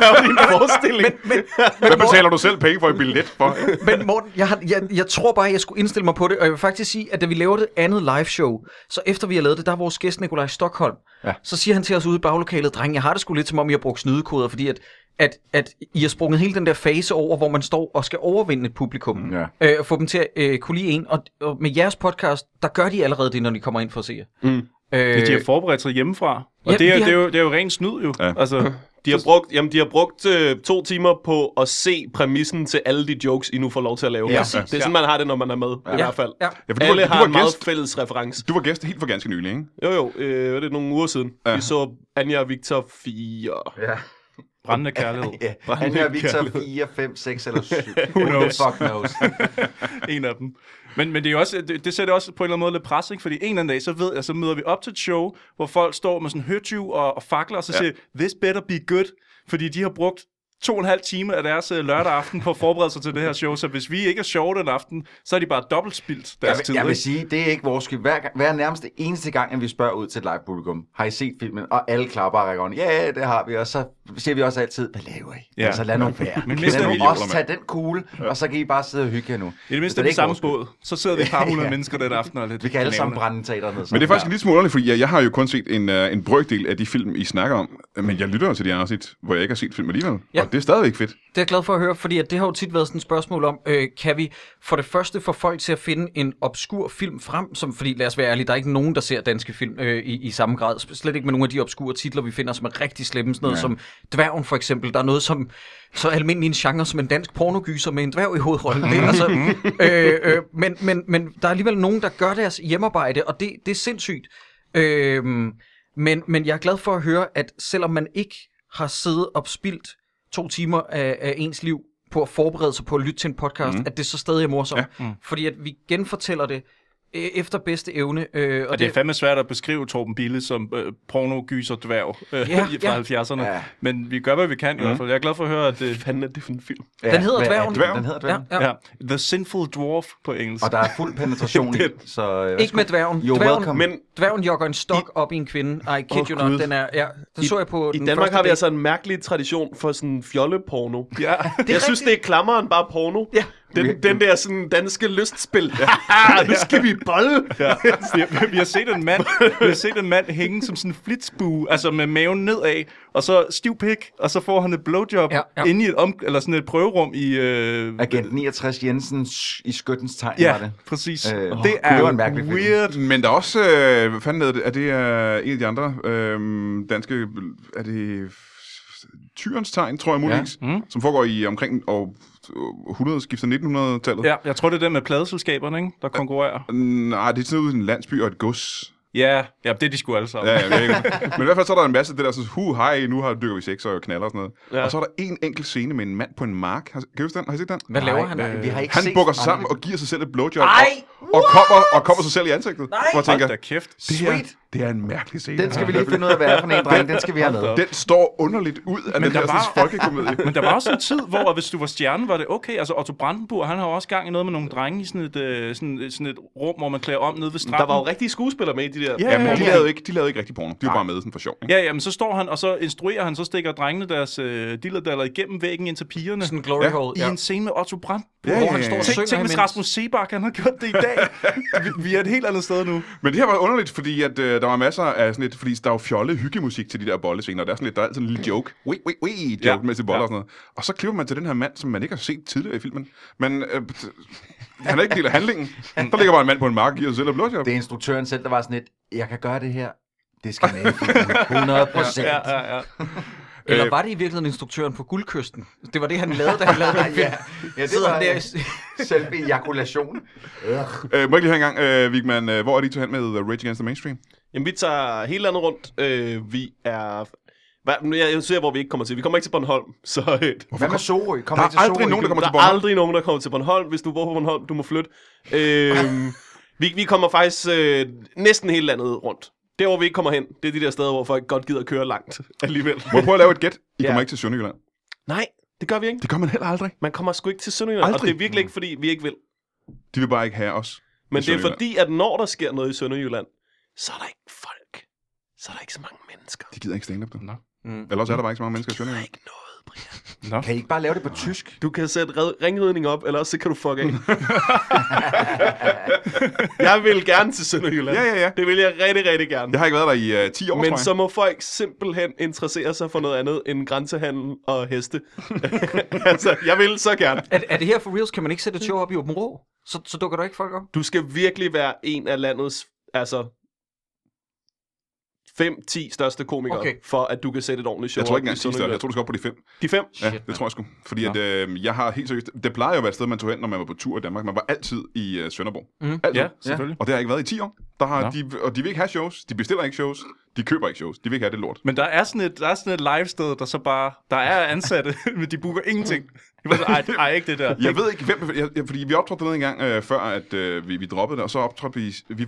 Hvad betaler du selv penge for en billet for? Men Morten, jeg tror bare, jeg skulle indstille mig på det, og jeg vil faktisk sige, at da vi lavede det andet live show, så efter vi har lavet det, der er vores gæst Nikolaj Stockholm, så siger han til os ude i baglokalet, dreng, jeg har det sgu lidt som om, I har brugt snydekoder, fordi at I har sprunget hele den der fase over, hvor man står og skal overvinde et publikum, og få dem til at kunne lide en, og med jeres podcast, der gør de allerede det, når de kommer ind for at se jer. De har forberedt sig hjemmefra, og det er jo ren snyd jo. Ja. Altså, de har brugt 2 timer på at se præmissen til alle de jokes, I nu får lov til at lave. Ja. Det er sådan, man har det, når man er med, i hvert fald. Ja. Alle har en meget fælles reference. Du var gæst helt for ganske nylig, ikke? Jo, det er nogle uger siden. Vi så Anja og Victor 4. Ja. Brændende kærlighed. Anja og Victor 4, 5, 6 eller 7. Who knows? Fuck knows. En af dem. Men det er også, det sætter også på en eller anden måde lidt pres, ikke? Fordi en eller anden dag, så møder vi op til et show, hvor folk står med sådan høtyv og fakler, og så siger, this better be good, fordi de har brugt 2,5 timer af deres lørdag aften på at forberede sig til det her show, så hvis vi ikke er sjove den aften, så er de bare dobbelt spildt deres tid. Jeg vil sige, det er ikke vores skyld. Hver nærmest eneste gang, at vi spørger ud til et live-publikum, har I set filmen? Og alle klapper og rækker hånden. Ja, det har vi. Og så siger vi også altid, hvad laver I? Ja. Altså lad nu være. Men lad nu også tage den kugle, og så kan I bare sidde og hygge jer nu. I det mindste er det samme båd. Så sidder vi et par 100 mennesker den aften og lidt. Vi kan alle sammen brænde teateret ned. Men det er faktisk en lille smule underligt, fordi jeg har jo kun set en brøkdel af de film, I snakker om. Men jeg lytter jo til de andre set, hvor jeg ikke har set film alligevel. Ja. Og det er stadigvæk fedt. Det er jeg glad for at høre, fordi at det har jo tit været sådan et spørgsmål om, kan vi for det første få folk til at finde en obskur film frem, som, fordi lad os være ærlige, der er ikke nogen, der ser danske film i samme grad, slet ikke med nogle af de obskure titler, vi finder, som er rigtig slemme, sådan noget som Dværgen for eksempel, der er noget som så almindelig en genre som en dansk pornogyser med en dværg i hovedrollen. Det er altså, men der er alligevel nogen, der gør deres hjemmearbejde, og det er sindssygt. Men jeg er glad for at høre, at selvom man ikke har siddet og spildt 2 timer af ens liv på at forberede sig på at lytte til en podcast, at det så stadig er morsomt. Ja. Fordi at vi genfortæller det efter bedste evne. Og det er fandme svært at beskrive Torben Bille som pornogyser dværg fra 70'erne. Ja. Men vi gør, hvad vi kan i hvert fald. Jeg er glad for at høre, at det fanden er det for en film. Ja. Den hedder Dværgen. Den hedder Dværgen. Ja. The Sinful Dwarf på engelsk. Og der er fuld penetration i. Så, ikke med Dværgen. Dværgen jogger en stok op i en kvinde. I kid you not. Den er, det så jeg på i den Danmark har vi dag. altså en mærkelig tradition for sådan fjolleporno. Ja. Jeg synes, det er klammeren bare porno. Ja. Den der sådan danske lystspil. Nu skal vi bolle. Ja. Vi har set en mand hænge som sådan en flitsbue, altså med maven nedad, og så stiv pik, og så får han et blowjob inde i eller sådan et prøverum i... Agent 69 Jensen i Skyttens Tegn, ja, var det. præcis. Det var en mærkelig film. Weird. Men der er også, hvad fanden er det en af de andre danske, er det Tyrens Tegn, tror jeg muligvis, som foregår i omkring år 100, skifter 1900-tallet. Ja, jeg tror, det er den med pladeselskaberne, ikke, der konkurrerer. Nej, det er sådan ud i en landsby og et gods. Ja, det er de sgu alle sammen. Ja, men i hvert fald så er der en masse det der sådan, hej, nu dykker vi sex og knaller og sådan noget. Ja. Og så er der en enkelt scene med en mand på en mark. Kan du huske den? Har I set den? Hvad laver han? Vi har ikke Han set bukker sig sammen og giver sig selv et blowjob. Ej, og kommer sig selv i ansigtet. Nej. Hvor jeg tænker, Hold da kæft. det er en mærkelig scene. Den skal vi lige finde ud af, hvad er for en dreng. Den skal vi have lavet. Den står underligt ud af den der folkekomedie. Men der var også en tid, hvor hvis du var stjerne, var det okay. Altså Otto Brandenburg, han har også gang i noget med nogle drenge i sådan et rum, hvor man klæder om nede ved stranden. Der var jo rigtige skuespillere med i de der. Ja, men de lavede ikke rigtig porno. De var bare med sådan for sjov. Ikke? Ja, men så står han, og så instruerer han, så stikker drengene deres dillerdaller igennem væggen ind til pigerne. Sådan en glory hole. I en scene med Otto Brandenburg, Ja, hvor han står og synger. Tænk hvis Rasmus Sebak, han har gjort det i dag. Vi er et helt andet sted nu. Men det her var underligt, fordi at, der var masser af sådan lidt, fordi der er jo fjollet hyggemusik til de der bollescener. Der er sådan lidt, der er altid en lille joke. Joke med til boller og sådan noget. Og så klipper man til den her mand, som man ikke har set tidligere i filmen. Men han er ikke del af handlingen. Der ligger bare en mand på en mark og giver sig selv et blowjob. Det er instruktøren selv, der var sådan lidt, jeg kan gøre det her. Det skal med i filmen. 100%. Ja. Eller var det i virkeligheden instruktøren på Guldkysten? Det var det, han lavede, da han lavede den film. Ja, det var selve ejakulation. Må jeg ikke lige høre en gang, Vigman, hvor er de to hen med Rage Against the Mainstream? Jamen, vi tager hele landet rundt. Vi er... Jeg ser, hvor vi ikke kommer til. Vi kommer ikke til Bornholm. Så, hvad med Sorø? Der er aldrig nogen, der kommer til Bornholm. Der er aldrig nogen, der kommer til Bornholm. Hvis du bor på Bornholm, du må flytte. Vi kommer faktisk næsten hele landet rundt. Der, hvor vi ikke kommer hen, det er de der steder, hvor folk godt gider at køre langt alligevel. Må jeg prøve at lave et gæt? I kommer ikke til Sønderjylland. Nej, det gør vi ikke. Det gør man heller aldrig. Man kommer sgu ikke til Sønderjylland, aldrig. Og det er virkelig ikke, fordi vi ikke vil. De vil bare ikke have os. Men det er fordi, at når der sker noget i Sønderjylland, så er der ikke folk. Så er der ikke så mange mennesker. De gider ikke stand-up, du. Eller også er der bare ikke så mange mennesker i Sønderjylland. Der er ikke noget, Brian. Kan I ikke bare lave det på tysk? Du kan sætte ringridning op, eller også så kan du fuck af. Jeg vil gerne til Sønderjylland. Ja. Det vil jeg rigtig, rigtig gerne. Jeg har ikke været der i 10 år, men så må folk simpelthen interessere sig for noget andet end grænsehandel og heste. Altså, jeg vil så gerne. Er det her for reals? Kan man ikke sætte et show op i Åben Rå? Så dukker der ikke folk op? Du skal virkelig være en af landets, 5-10 største komikere, for at du kan sætte et ordentligt show. Jeg tror ikke engang 10 største. Jeg tror, du skal op på de 5. De 5? Ja, det tror jeg sgu. Fordi at, jeg har helt seriøst... Det plejer jo at være et sted, man tog hen, når man var på tur i Danmark. Man var altid i Sønderborg. Altid. Ja, selvfølgelig. Og det har ikke været i 10 år. Der har og de vil ikke have shows. De bestiller ikke shows. De køber ikke shows. De vil ikke have det lort. Men der er sådan et live-sted, der så bare... Der er ansatte, men de booker ingenting. Ej, ikke det der. Jeg ved ikke, hvem... Fordi vi optrådte noget engang, før at vi droppede det, og så optrådte vi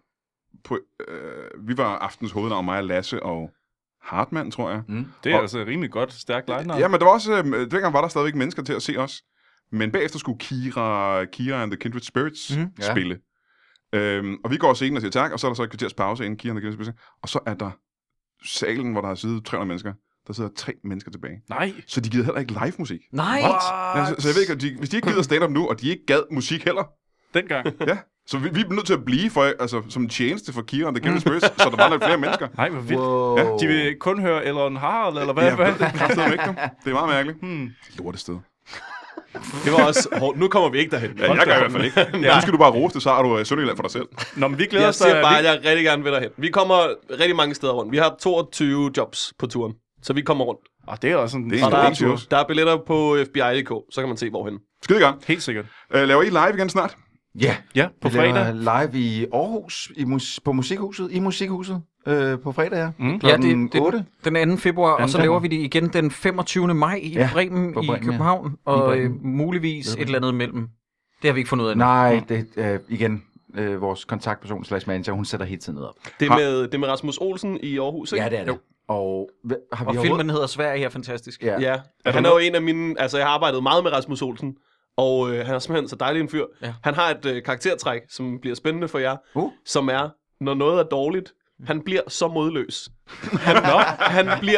var aftens hovednavn, mig og Lasse og Hartmann, tror jeg. Det er altså rimelig godt, stærkt line-up. Ja, men der var også, dengang var der stadigvæk mennesker til at se os. Men bagefter skulle Kira and the Kindred Spirits spille. Og vi går og scenen og siger tak, og så er der så et kvarters pause inden Kira and the Kindred Spirits. Og så er der salen, hvor der har siddet 300 mennesker. Der sidder 3 mennesker tilbage. Nej. Så de gider heller ikke live musik. Nej. Ja, så jeg ved ikke, hvis de ikke gider stand-up nu, og de ikke gad musik heller. Dengang. Ja. Så vi er nødt til at blive som en tjeneste for Kira and the Kindred Spirits, så der var lidt flere mennesker. Nej, hvor vildt. Wow. Ja, de vil kun høre Elrond Harald, eller hvad? Ja, det er meget mærkeligt. Lortested. Det var også... Nu kommer vi ikke derhen. Ja, jeg gør i hvert fald ikke. Nu skal du bare rose det, så har du Sønderjylland for dig selv. Nå, men vi glæder jeg os... siger bare, at jeg rigtig gerne vil derhen. Vi kommer rigtig mange steder rundt. Vi har 22 jobs på turen, så vi kommer rundt. Det er også sådan... Det er der er billetter på FBI.dk, så kan man se hvorhen. Skide gang. Helt sikkert. Laver I live igen snart? Ja, på fredag. Live i Aarhus, på Musikhuset, på fredag, ja. Klokken 8. Den 2. februar, og så laver vi det igen den 25. maj i Bremen i København, og muligvis et eller andet imellem. Det har vi ikke fundet ud af. Nej, det igen... vores kontaktperson /manager, hun sætter hele tiden ned op. Det er med Rasmus Olsen i Aarhus, ikke? Ja, det er det. Jo. Og filmen hedder Sverige er fantastisk. Ja. Han er jo en af mine... Altså, jeg har arbejdet meget med Rasmus Olsen, og han er simpelthen så dejlig en fyr. Ja. Han har et karaktertræk, som bliver spændende for jer, som er, når noget er dårligt, han bliver så modløs. Han bliver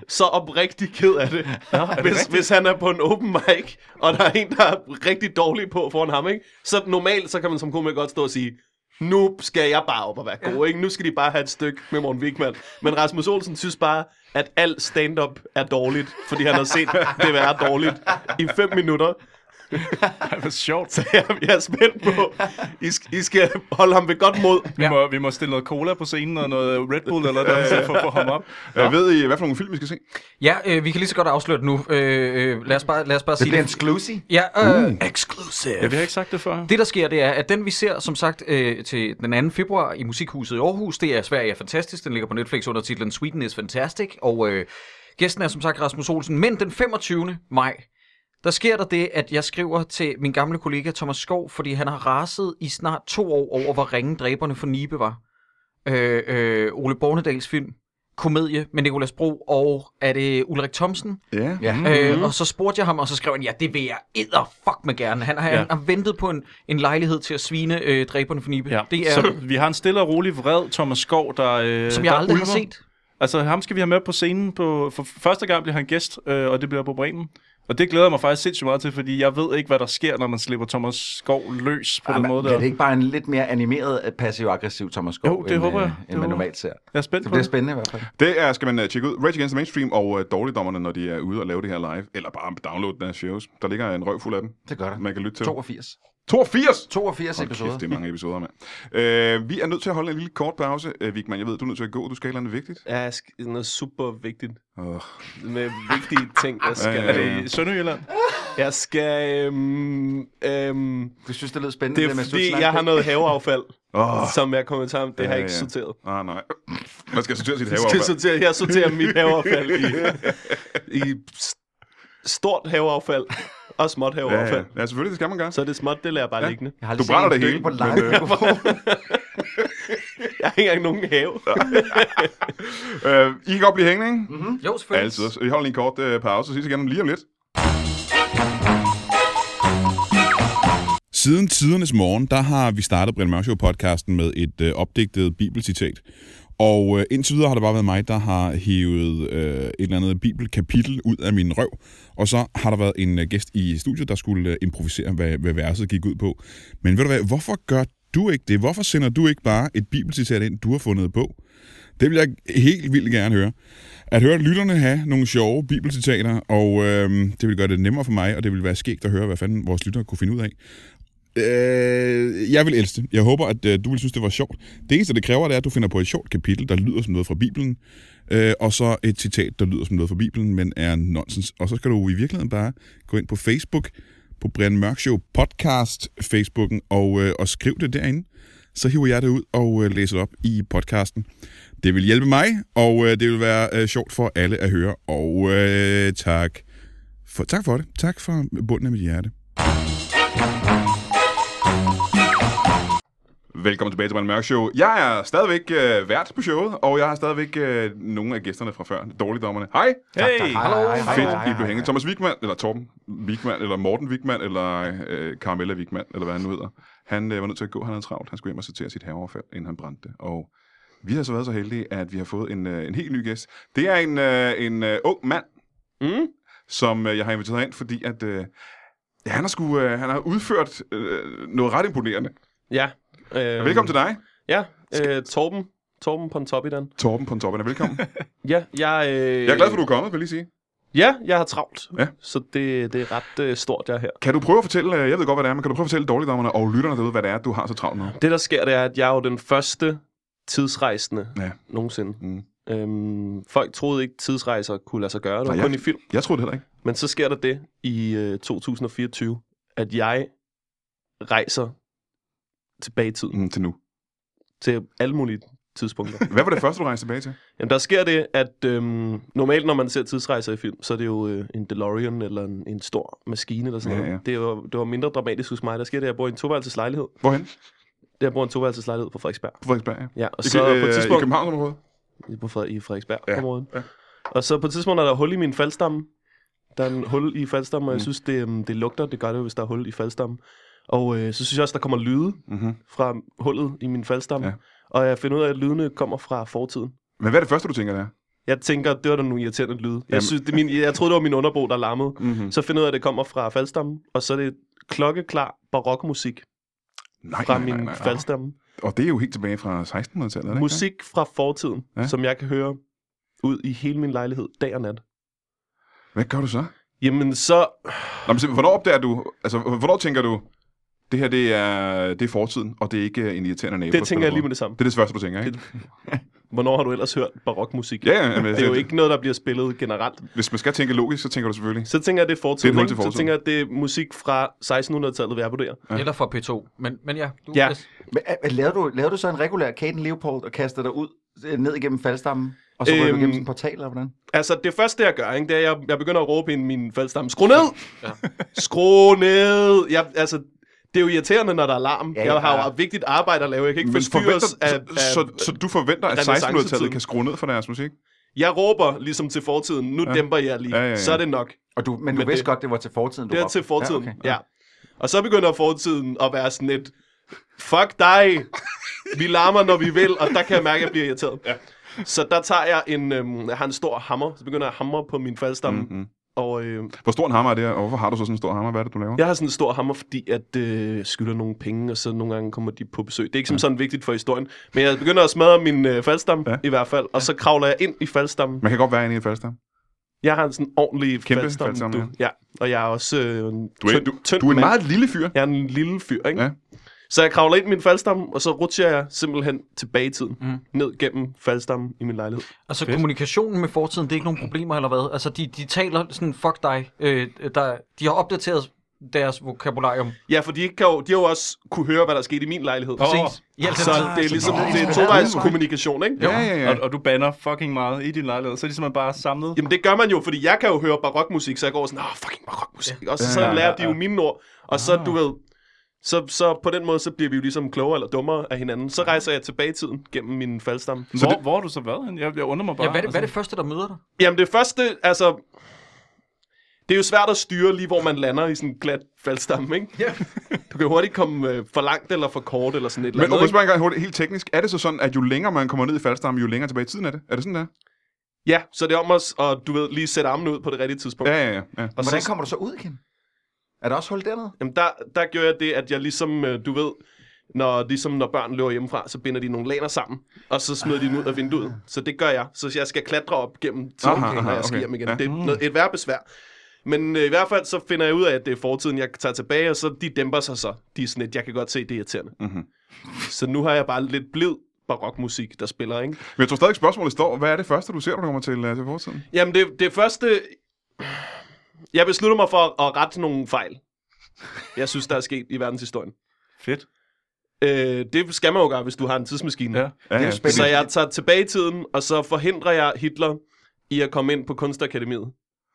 så oprigtig ked af det, hvis han er på en open mic, og der er en, der er rigtig dårlig på foran ham, ikke? Så normalt, så kan man som komiker godt stå og sige, nu skal jeg bare op og være god, ikke? Nu skal de bare have et stykke med Morten Wigman. Men Rasmus Olsen synes bare, at al stand-up er dårligt, fordi han har set det være dårligt i 5 minutter. Det var sjovt. Så jeg er spændt på, I skal holde ham ved godt mod. Vi må stille noget cola på scenen og noget Red Bull eller noget, for at få ham op. Ved I, hvad for nogle film vi skal se? Ja, vi kan lige så godt afsløre det nu. Lad os bare sige det. Det bliver exclusive? Ja, exclusive. Ja, vi har ikke sagt det før. Det, der sker, det er, at den vi ser, som sagt, til den 2. februar i Musikhuset i Aarhus, det er Sverige er fantastisk. Den ligger på Netflix under titlen Sweden is Fantastic. Og gæsten er som sagt Rasmus Olsen. Men den 25. maj, der sker der det, at jeg skriver til min gamle kollega Thomas Skov, fordi han har raset i snart 2 år over, hvor ringe Dræberne for Nibe var. Ole Bornedals film, komedie med Nicolas Bro, og er det Ulrik Thomsen? Ja. Og så spurgte jeg ham, og så skrev han, ja, det vil jeg fuck med gerne. Han har ventet på en lejlighed til at svine Dræberne for Nibe. Ja. Det er, så vi har en stille og rolig vred Thomas Skov, der som jeg der aldrig har ulmer. set. Altså, ham skal vi have med på scenen. For første gang bliver han gæst, og det bliver på Bremen. Og det glæder mig faktisk sindssygt meget til, fordi jeg ved ikke, hvad der sker, når man slipper Thomas Skov løs på den måde der. Er det ikke bare en lidt mere animeret, passiv-aggressiv Thomas Skov, Jo, det håber jeg. end man normalt ser? Jeg er spændt Det på bliver spændende i hvert fald. Det skal man tjekke ud. Rage Against the Mainstream og Dårligdommerne, når de er ude og lave det her live. Eller bare downloade deres shows. Der ligger en røv fuld af dem. Det gør det. Man kan lytte til. 82. 82! 82 episoder. Kæft, det er mange episoder, mand. Vi er nødt til at holde en lille kort pause. Wigman, jeg ved, du er nødt til at gå. Du skal have noget vigtigt. Ja, noget super vigtigt. Med vigtige ting, jeg skal... Er det i Sønderjylland? Jeg skal... Du synes, det lyder spændende? Det er fordi, jeg har noget haveaffald, som jeg kommer til ham. Det har jeg ikke ja. sorteret. Nej. Man skal sortere sit Jeg haveaffald. sorterer mit haveaffald i stort haveaffald og småt haveaffald. Ja, selvfølgelig, det skal man gøre. Så det småt, det lader jeg bare liggende. Jeg har Du brænder det hele. på live. Jeg har ikke engang nogen have. I kan godt blive hængende, ikke? Mm-hmm. Jo, selvfølgelig. Altid. Vi holder lige en kort pause, og ses igen lige om lidt. Siden tidernes morgen, der har vi startet Brian Mørk Show-podcasten med et opdigtet bibelcitat. Og indtil videre har det bare været mig, der har hævet et eller andet bibelkapitel ud af min røv. Og så har der været en gæst i studiet, der skulle improvisere, hvad verset gik ud på. Men ved du hvad, hvorfor gør du ikke det? Hvorfor sender du ikke bare et bibelcitat ind, du har fundet på? Det vil jeg helt vildt gerne høre. At høre lytterne have nogle sjove bibelcitater, og det vil gøre det nemmere for mig, og det vil være skægt at høre, hvad fanden vores lyttere kunne finde ud af. Jeg vil elske det. Jeg håber, at du vil synes, det var sjovt. Det eneste, det kræver, det er, at du finder på et sjovt kapitel, der lyder som noget fra Bibelen, og så et citat, der lyder som noget fra Bibelen, men er nonsens. Og så skal du i virkeligheden bare gå ind på Facebook, på Brian Mørk Show podcast, Facebooken, og skriv det derinde. Så hiver jeg det ud og læser det op i podcasten. Det vil hjælpe mig, og det vil være sjovt for alle at høre. Og tak for det. Tak for bunden af mit hjerte. Velkommen tilbage til Brian Mørk Show. Jeg er stadigvæk vært på showet, og jeg har stadigvæk nogle af gæsterne fra før. Dårligdommerne. Hej! Hey! Hallo! Fedt, I blev hænget. Thomas Wigman, eller Torben Wigman, eller Morten Wigman, eller Carmella Wigman, eller hvad han nu hedder. Han var nødt til at gå, han havde travlt. Han skulle hjem og sortere sit haveaffald, inden han brændte. Og vi har så været så heldige, at vi har fået en helt ny gæst. Det er en ung mand, som jeg har inviteret ind, fordi at han har udført noget ret imponerende. Ja. Velkommen til dig. Ja, Torben Pontoppidan. Torben Pontoppidan, velkommen. Ja, Jeg er glad for, at du er kommet, vil jeg sige. Ja, jeg har travlt. Ja. Så det er ret stort, jeg er her. Kan du prøve at fortælle, jeg ved godt, hvad det er, men kan du prøve at fortælle dårligdommerne og lytterne derude, hvad det er, du har så travlt med? Det, der sker, det er, at jeg er jo den første tidsrejsende nogensinde. Folk troede ikke, tidsrejser kunne lade sig gøre. Det var kun i film. Jeg troede det heller ikke. Men så sker der det i 2024, at jeg rejser tilbage i tiden. Til nu. Til alle mulige tidspunkter. Hvad var det første, du rejste tilbage til? Jamen, der sker det, at normalt, når man ser tidsrejser i film, så er det jo en DeLorean eller en stor maskine eller sådan noget. Det var mindre dramatisk hos mig. Der sker det, at jeg bor i en toværelseslejlighed. Hvorhen? Jeg bor i en toværelseslejlighed på Frederiksberg. På Frederiksberg, ja. Ja, og så på et tidspunkt... I Københavnsområdet? I Frederiksberg-området. Ja. Og så på et tidspunkt er der hul i min faldstamme. Der er en hul i faldstammen, og jeg synes, det lugter. Det gør det, hvis der er hul i faldstammen. Og så synes jeg også, der kommer lyde fra hullet i min faldstamme. Ja. Og jeg finder ud af, at lydene kommer fra fortiden. Men hvad er det første, du tænker, der? Jeg tænker, det var da nogle irriterende lyde. Jeg troede, det var min underbo, der larmede. Mm-hmm. Så finder jeg ud af, at det kommer fra faldstammen, og så er det klokkeklar barokmusik fra min faldstamme. Og det er jo helt tilbage fra 1600-tallet, ikke? Musik fra fortiden, som jeg kan høre ud i hele min lejlighed, dag og nat. Hvad gør du så? Jamen så... Nå, men hvornår opdager du... Altså, hvornår tænker du, det her det er fortiden, og det er ikke en irriterende nabo? Det tænker jeg lige med det samme. Det er det første, du tænker, ikke? Hvornår har du ellers hørt barokmusik? Ja, men, det er jo ikke noget, der bliver spillet generelt. Hvis man skal tænke logisk, så tænker du selvfølgelig... Så tænker jeg, det er fortiden. Det er Så tænker jeg, det er musik fra 1600-tallet, vi er på der. Ja. Eller fra P2. Men ja. Ja. Men lavede du så en regulær Caden Leopold og kastede dig ud ned igennem faldstammen? Og så røg du igennem sådan en portal, eller hvordan? Altså, det første, jeg gør, ikke, det er, at jeg begynder at råbe ind i min faldstamme. Skru ned! Ja. Skru ned! Det er jo irriterende, når der er larm. Ja, jeg har jo et vigtigt arbejde at lave. Jeg kan ikke forstyrres af så du forventer, at 1600-tallet kan skrue ned for deres musik? Jeg råber ligesom til fortiden. Nu dæmper jeg lige. Ja. Så er det nok. Men du vidste godt, det var til fortiden, du det er til fortiden, ja. Og så begynder fortiden at være sådan et... Fuck dig! Vi larmer, når vi vil, og der kan jeg mærke, at jeg bliver irriteret. Ja. Så der tager jeg jeg har en stor hammer. Så begynder jeg at hamre på min faldstamme. Mm-hmm. Og, hvor stor en hammer er det, og hvorfor har du så sådan en stor hammer? Hvad er det, du laver? Jeg har sådan en stor hammer, fordi at skylder nogle penge, og så nogle gange kommer de på besøg. Det er ikke som sådan vigtigt for historien. Men jeg begynder at smadre min faldstamme, i hvert fald. Og så kravler jeg ind i faldstammen. Man kan godt være inde i en faldstamme. Jeg har en sådan ordentlig kæmpe faldstamme. Ja, og jeg er også du er en meget lille fyr. Jeg er en lille fyr, ikke? Ja. Så jeg kravler ind i min faldstamme, og så rutscher jeg simpelthen tilbage i tiden. Ned gennem faldstammen i min lejlighed. Altså kommunikationen med fortiden, det er ikke nogen problemer, eller hvad? Altså de taler sådan, fuck dig. De har opdateret deres vokabularium. Ja, for de har jo også kunne høre, hvad der skete i min lejlighed. Præcis. Så det er ligesom det er tovejs kommunikation, ikke? Ja. Og du banner fucking meget i din lejlighed, så er de simpelthen bare samlet. Jamen det gør man jo, fordi jeg kan jo høre barokmusik, så jeg går sådan, fucking barokmusik. Og så lærer de jo mine ord. Og så, du ved... Så på den måde, så bliver vi jo ligesom klogere eller dummere af hinanden. Så rejser jeg tilbage i tiden gennem min faldstamme. Hvor har du så været hen? Jeg undrer mig bare. Ja, hvad er det første, der møder dig? Jamen det første, altså... Det er jo svært at styre lige, hvor man lander i sådan en glat faldstamme, ikke? Ja. Du kan hurtigt komme for langt eller for kort eller sådan et eller andet. Men hvis man engang hurtigt, helt teknisk, er det så sådan, at jo længere man kommer ned i faldstammen, jo længere tilbage i tiden er det? Er det sådan der? Ja, så det er om os at, du ved, lige sætte armene ud på det rigtige tidspunkt. Ja. Og hvordan kommer du så ud igen? Er der også hul dernede? Jamen der gør jeg det, at jeg ligesom, du ved, når børn løber hjemmefra, så binder de nogle laner sammen, og så smider de dem ud af vinduet. Så det gør jeg. Så jeg skal klatre op gennem tiden, når jeg skal hjem igen. Ja. Det er et værd besvær. Men i hvert fald så finder jeg ud af, at det er fortiden, jeg tager tilbage, og så de dæmper sig så. De er sådan et, jeg kan godt se, det er irriterende. Mm-hmm. Så nu har jeg bare lidt blid barokmusik, der spiller, ikke? Men jeg tror stadig, spørgsmålet står, hvad er det første, du ser, når du kommer til fortiden? Jamen det første... Jeg beslutter mig for at rette nogle fejl, jeg synes, der er sket i verdenshistorien. Fedt. Det skal man jo gøre, hvis du har en tidsmaskine. Ja. Så jeg tager tilbage i tiden, og så forhindrer jeg Hitler i at komme ind på Kunstakademiet.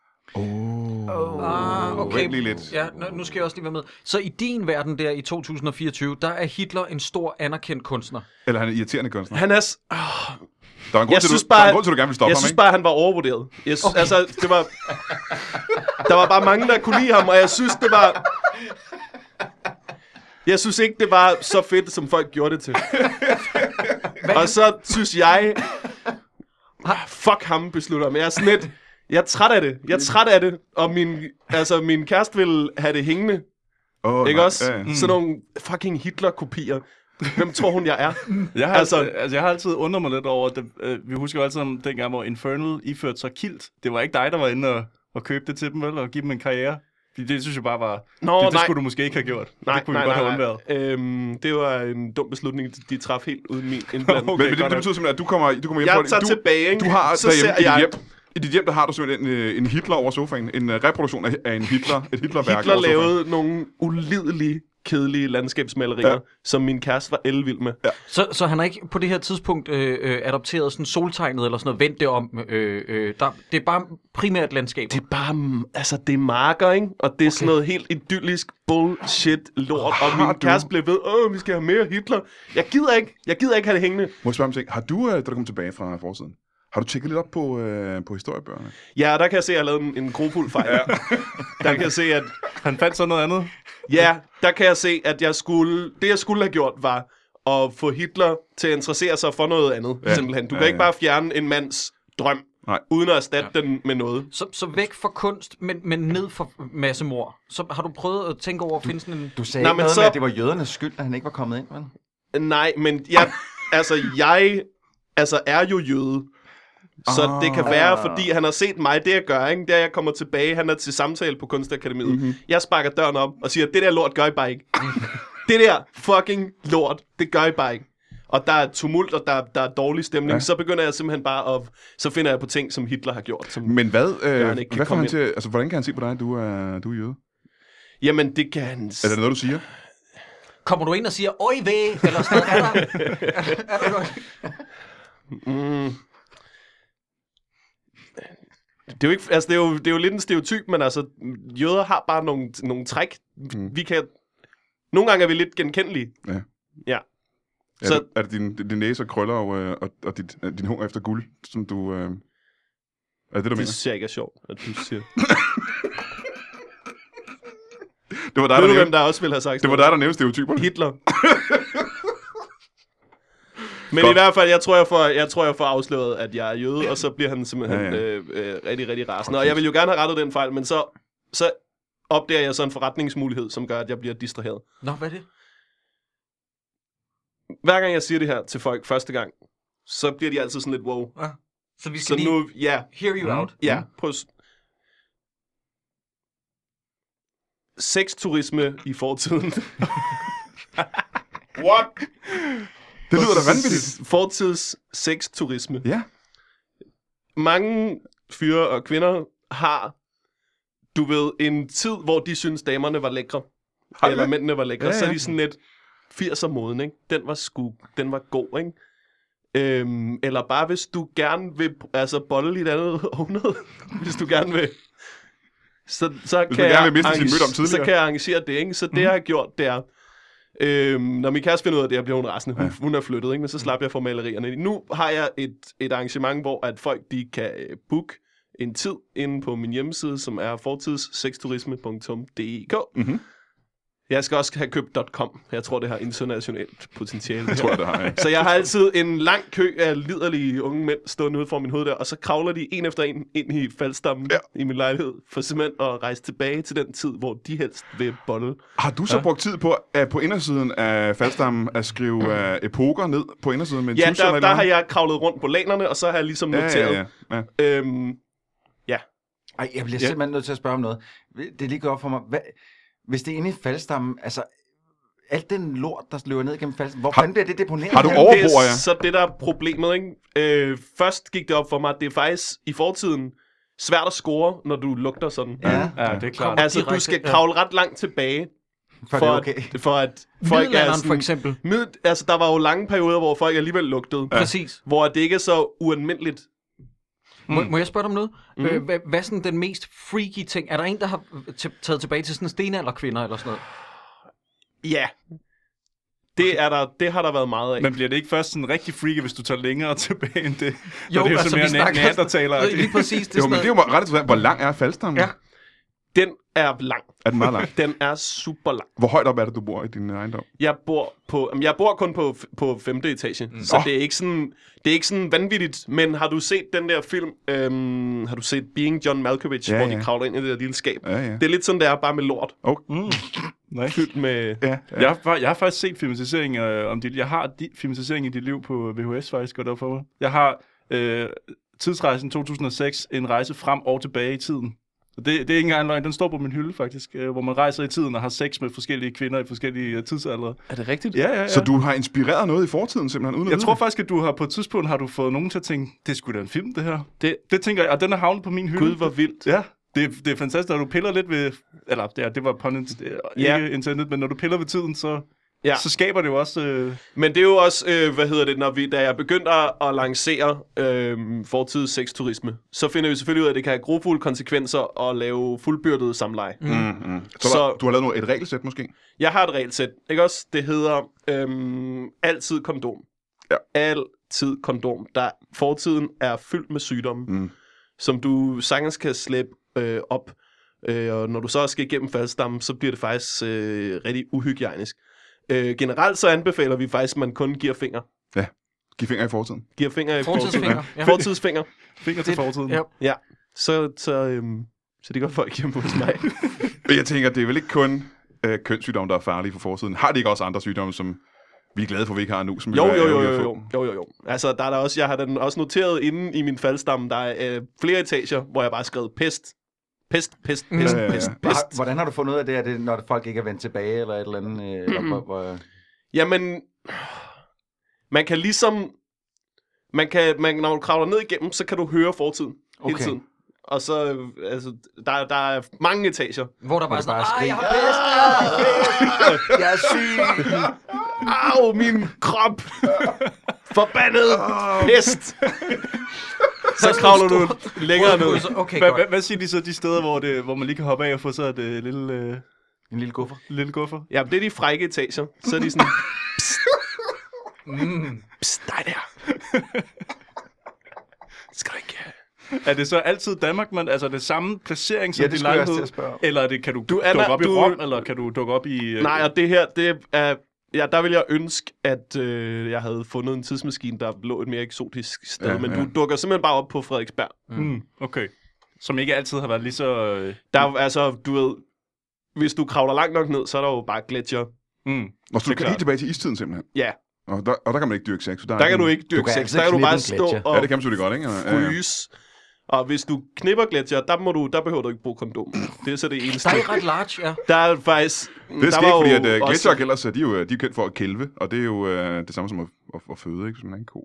Okay. Lidt. Ja, nu skal jeg også lige være med. Så i din verden der i 2024, der er Hitler en stor anerkendt kunstner. Eller han er irriterende kunstner. Han er... Der var en grund til, du gerne ville stoppe ham, ikke? Jeg synes bare, han var overvurderet. Altså, det var... Der var bare mange, der kunne lide ham, og jeg synes, det var... Jeg synes ikke, det var så fedt, som folk gjorde det til. Og så synes jeg... Fuck ham, beslutter. Men jeg er sådan lidt... Jeg er træt af det. Og min kæreste vil have det hængende. Ikke også? Sådan nogle fucking Hitler-kopier. Hvem tror hun, jeg er? Jeg har altid undret mig lidt over, at vi husker jo altid om dengang, hvor Infernal iførte sig kilt. Det var ikke dig, der var inde og købe det til dem, vel? Og give dem en karriere. Det synes jeg bare var... Det skulle du måske ikke have gjort. Det kunne vi godt have undværet. Det var en dum beslutning, de traf helt uden min indblanding. Men det betyder simpelthen, at du kommer hjem på... Jeg tager tilbage, ikke? Du har så ser jeg... I dit hjem, der har du simpelthen en Hitler over sofaen. En reproduktion af en Hitler, et Hitlerværk. Hitler lavede nogle ulidelige, kedelige landskabsmalerier, som min kæreste var elvild med. Ja. Så han har ikke på det her tidspunkt adopteret sådan soltegnet eller sådan noget, vendt det om. Det er bare primært landskab. Det er bare, altså det er marker, ikke? Og det er sådan noget helt idyllisk bullshit lort. Og min kæreste blev ved, vi skal have mere Hitler. Jeg gider ikke have det hængende. Må jeg spørge om ting? Har du, da du kom tilbage fra forsiden, har du tjekket lidt op på historiebøgerne? Ja, der kan jeg se, at jeg har lavet en grofuld fejl. Ja. Der kan jeg se, at... Han fandt så noget andet? Ja, der kan jeg se, at jeg skulle have gjort, var at få Hitler til at interessere sig for noget andet, simpelthen. Du kan ikke bare fjerne en mands drøm uden at erstatte den med noget. Så væk fra kunst, men ned for massemord. Så har du prøvet at tænke over at finde sådan en... Du sagde ikke noget med, at det var jødernes skyld, at han ikke var kommet ind, vel? Nej, men jeg er jo jøde. Så det kan være, fordi han har set mig, det jeg gør, ikke? Der jeg kommer tilbage, han er til samtale på Kunstakademiet. Mm-hmm. Jeg sparker døren op og siger, det der lort gør I bare ikke. Det der fucking lort, det gør I bare ikke. Og der er tumult, og der er dårlig stemning. Ja. Så begynder jeg simpelthen bare at... Så finder jeg på ting, som Hitler har gjort. Som men hvad får han til... Altså, hvordan kan han se på dig, at du er jøde? Jamen, det kan han... Er det noget, du siger? Kommer du ind og siger, oj ved, eller sådan noget? Er der noget? Det er jo ikke, altså det er jo lidt en stereotyp, men altså jøder har bare nogle træk. Vi kan nogle gange er vi lidt genkendelige. Ja. Så er det din næse og krøller og din hunger efter guld, som du er det du mener? Det synes jeg ikke er sjovt, at du siger. Det var dig, hvem der også ville have sagt. Det var dig, der nævnte stereotyperne. Hitler. Men i hvert fald, jeg tror, jeg får afsløret, at jeg er jøde, og så bliver han simpelthen rigtig, rigtig rasende. Og jeg vil jo gerne have rettet den fejl, men så opdager jeg så en forretningsmulighed, som gør, at jeg bliver distraheret. Nå, hvad er det? Hver gang jeg siger det her til folk første gang, så bliver de altid sådan lidt wow. Ja. Så vi skal så nu, hear you out. Ja, prøv. Sexturisme i fortiden. What? Det lyder da vanvittigt. Fortids sexturisme. Ja. Mange fyre og kvinder har, du ved, en tid, hvor de synes, damerne var lækre. Eller mændene var lækre. Ja. Så er de sådan lidt 80'er-moden, ikke? Den var god, ikke? Eller bare hvis du gerne vil bolle i et andet århundrede. Hvis du gerne vil... Så kan jeg arrangere det, ikke? Så det, jeg har gjort, det er... når min kæreste finder ud af det, bliver hun rasende. Hun er flyttet, ikke? Men så slapper jeg for malerierne. Nu har jeg et arrangement, hvor at folk de kan booke en tid inde på min hjemmeside, som er fortidssexturisme.dk. Mm-hmm. Jeg skal også have købt .com. Jeg tror, det har internationalt potentiale. Jeg tror, det har, ja. Så jeg har altid en lang kø af liderlige unge mænd stående ude for min hoved der, og så kravler de en efter en ind i faldstammen i min lejlighed, for simpelthen at rejse tilbage til den tid, hvor de helst vil bolle. Har du så brugt tid på indersiden af faldstammen at skrive epoker ned på indersiden med en tusser? Ja, der har jeg kravlet rundt på lanerne, og så har jeg ligesom noteret. Ja. Ej, jeg bliver simpelthen nødt til at spørge om noget. Det er lige gået op for mig. Hvis det er inde i faldstammen, altså alt den lort, der løber ned gennem faldstammen, hvor fanden bliver det deponeret? Har du overbruger, Det er så det, der er problemet, ikke? Først gik det op for mig, at det er faktisk i fortiden svært at score, når du lugter sådan. Ja, det er klart. Altså, du skal kravle ret langt tilbage, for at folk er sådan... for eksempel. Altså, der var jo lange perioder, hvor folk alligevel lugtede. Ja. Præcis. Hvor det ikke er så ualmindeligt. Må jeg spørge dig om noget? Hvad er sådan den mest freaky ting? Er der en, der har taget tilbage til sådan en stenalderkvinder eller sådan noget? Ja. Det har der været meget af. Men bliver det ikke først sådan rigtig freaky, hvis du tager længere tilbage end det? Jo, det er jo altså, sådan mere neandertaler. Lige præcis. Det men det er jo ret interessant. Hvor lang er faldstammen? Ja. Den er lang. Er den meget lang? Den er super lang. Hvor højt op er det, du bor i din ejendom? Jeg bor kun på 5. etage, så det er ikke sådan vanvittigt. Men har du set den der film, har du set Being John Malkovich, hvor de kravler ind i det der lille skab? Ja. Det er lidt sådan, det er, bare med lort. Fyldt med... Ja. Jeg har faktisk set filmatisering om dit... Jeg har filmatisering i dit liv på VHS faktisk, godt op for mig. Jeg har Tidsrejsen 2006, en rejse frem og tilbage i tiden. Det er ikke engang løgn. Den står på min hylde, faktisk, hvor man rejser i tiden og har sex med forskellige kvinder i forskellige tidsaldre. Er det rigtigt? Ja. Så du har inspireret noget i fortiden, simpelthen, uden Jeg tror faktisk, at du har på et tidspunkt har du fået nogen til at tænke, det er sgu da en film, det her. Det tænker jeg, og den er havnet på min hylde. Gud, hvor vildt. Ja, det er fantastisk, når du piller lidt ved... Eller, det var pun ikke intended, men når du piller ved tiden, så skaber det jo også... Men det er jo også, da jeg begyndte at lancere fortids sexturisme, så finder vi selvfølgelig ud af, at det kan have grofulde konsekvenser at lave fuldbyrdet samleje. Så du har lavet et regelsæt måske? Jeg har et regelsæt, ikke også? Det hedder altid kondom. Ja. Altid kondom. Fortiden er fyldt med sygdomme, som du sagtens kan slæbe op. Og når du så skal igennem faldstammen, så bliver det faktisk rigtig uhygienisk. Generelt så anbefaler vi faktisk, at man kun giver fingre. Ja. Giv fingre i fortiden. Giver fingre i Fortidsfinger. Ja. Fortidsfinger. Finger til fortiden. Ja. Ja. Så det gør folk hjemme hos mig. Men jeg tænker, det er vel ikke kun kønssygdomme, der er farlige for forsiden. Har de ikke også andre sygdomme, som vi er glade for, vi ikke har nu? Som Jo. Altså, der er der også, jeg har den også noteret inde i min faldstamme, der er flere etager, hvor jeg bare har skrevet pest. Pest. Hvordan har du fundet ud af det? Er det, når folk ikke er vendt tilbage, eller et eller andet? Eller, Jamen, man kan ligesom... når du kravler ned igennem, så kan du høre fortiden hele tiden. Og så, altså, der er mange etager. Hvor der bare er sådan, skrig. jeg har pest! jeg er syg! Au, min krop! Forbandet pest! Så kravler du længere ned. Okay, godt. Hvad siger de så, de steder, hvor man lige kan hoppe af og få så et lille... En lille guffer. Lille guffer. Ja, det er de frække etager. Så er de sådan... Psst, dig der. Skal du ikke... Er det så altid Danmark, men altså det samme placering som Ja, det din skulle jeg også til lejlighed? at spørge om. Eller er det, kan du Du dukke op i Rom, eller kan du dukke op i... Nej, og det her, det er... Ja, der vil jeg ønske, at jeg havde fundet en tidsmaskine, der lå et mere eksotisk sted. Ja, Men ja. du dukker simpelthen bare op på Frederiksberg. Okay. Som ikke altid har været lige så... Der er altså, du ved... Hvis du kravler langt nok ned, så er der jo bare gletsjer. Og så du Det er kan helt klart. tilbage til istiden simpelthen. Ja, Og der kan man ikke dyrke sex. der kan du ikke Du dyrke kan sex. altid Der kan du knippe bare en stå gletsjer. og Ja, det kan man selvfølgelig godt, ikke? fryse. Og hvis du knipper gletsjer, der behøver du ikke bruge kondom. Det er så det eneste. Der er ret large, ja. Der er faktisk... Det er skægt, fordi at gletsjer ellers, de er jo kendt for at kælve, og det er jo det samme som at føde, ikke? Som en ko.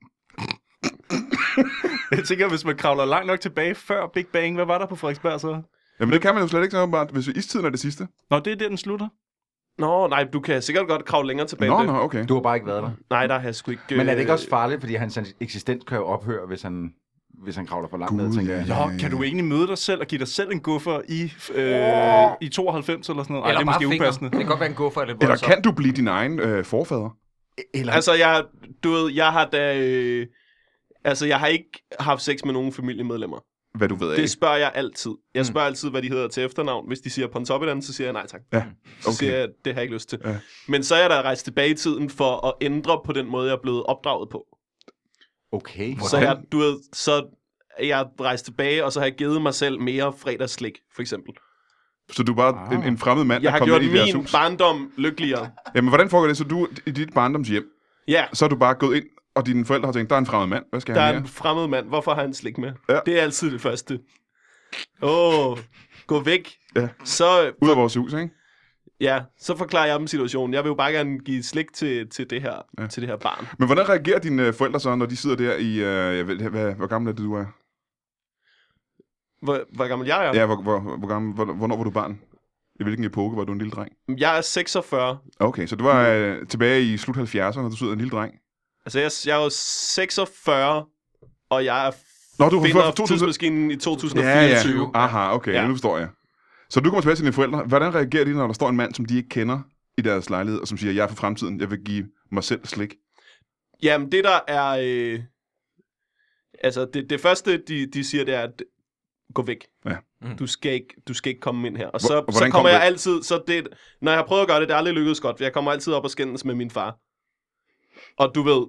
Jeg tænker, hvis man kravler langt nok tilbage før Big Bang, hvad var der på Frederiksberg så? Jamen det kan man jo slet ikke så bare, hvis istiden er det sidste. Nå, det er der, den slutter. Nå, nej, du kan sikkert godt kravle længere tilbage. Nå, end det. okay. Du har bare ikke været der. Nej, der har jeg sgu ikke... Men er det ikke også farligt, fordi hans eksistens kan jo ophøre, hvis han kravler for langt ned, tænker jeg. Nå, kan du egentlig møde dig selv og give dig selv en guffer i 92 eller sådan noget? Ej, Eller det er bare måske fingre. upassende. Det kan godt være en guffer eller Eller voldsomt. kan du blive din egen forfader? Eller, Altså, jeg har da... jeg har ikke haft sex med nogen familiemedlemmer. Hvad du ved af. Det spørger jeg altid. Jeg spørger altid, hvad de hedder til efternavn. Hvis de siger Pontoppidan, så siger jeg nej tak. Ja, Så okay. siger jeg, det har jeg ikke lyst til. Ja. Men så er jeg da rejst tilbage i tiden for at ændre på den måde, jeg er blevet opdraget på. okay. Så jeg rejst tilbage, og så har jeg givet mig selv mere fredagsslik, for eksempel. Så du er bare en fremmed mand, Jeg der har kommer gjort ind i deres min hus? barndom lykkeligere. Jamen, hvordan foregår det? Så du i dit barndomshjem, Ja, så er du bare gået ind, og dine forældre har tænkt, der er en fremmed mand. Hvad skal der han er mere? en fremmed mand. Hvorfor har han slik med? Ja. Det er altid det første. Gå væk. Ja. Så, Ud af vores hus, ikke? så forklarer jeg dem situationen. Jeg vil jo bare gerne give slik til det her barn. Men hvordan reagerer dine forældre så, når de sidder der i... hvor gammel er det, du er? Hvor gammel jeg er? Ja, hvor gammel, hvornår var du barn? I hvilken epoke var du en lille dreng? Jeg er 46. Okay, så du var tilbage i slut 70'erne, når du sidder en lille dreng. Altså, jeg er jo 46, og jeg Nå, du finder fra 2000... tidsmaskinen i 2024. Ja. Aha, okay, Ja. nu forstår jeg. Så du kommer tilbage til dine forældre. Hvordan reagerer de, når der står en mand, som de ikke kender i deres lejlighed, og som siger, jeg er for fremtiden, jeg vil give mig selv slik? Jamen, det der er... det første, de siger, det er, at gå væk. Ja. Du skal ikke komme ind her. Og Hvor- så hvordan kommer kom jeg det? altid... Når jeg har prøvet at gøre det, det er aldrig lykkedes godt, for jeg kommer altid op og skændes med min far. Og du ved...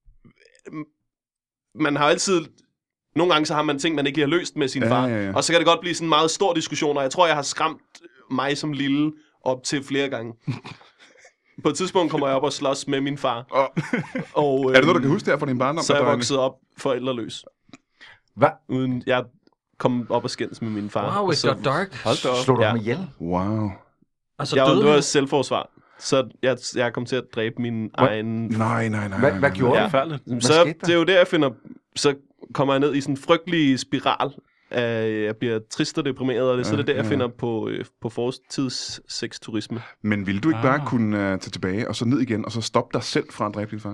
Man har altid... Nogle gange så har man ting, man ikke lige har løst med sin far. Ja. Og så kan det godt blive sådan en meget stor diskussion, og jeg tror, jeg har skræmt mig som lille op til flere gange. På et tidspunkt kommer jeg op og slås med min far. Og, Er det noget, du kan huske der fra din barndom? så er at jeg der vokset op forældreløs. Hvad? Uden jeg kom op og skændes med min far. Wow, Og it så, got dark. Hold da op. Slog du Ja. ham ihjel? Wow. Altså, Det døde var han? selvforsvar. Så jeg kom til at dræbe min egen... Nej. Hvad gjorde Ja. du? Forfærdeligt. Så skete der? det er jo der, jeg finder... Så kommer jeg ned i sådan en frygtelig spiral. Jeg bliver trist og deprimeret, og det er så det er der, jeg finder på fortids sexturisme. Men ville du ikke bare kunne tage tilbage, og så ned igen, og så stoppe dig selv fra at dræbe din far?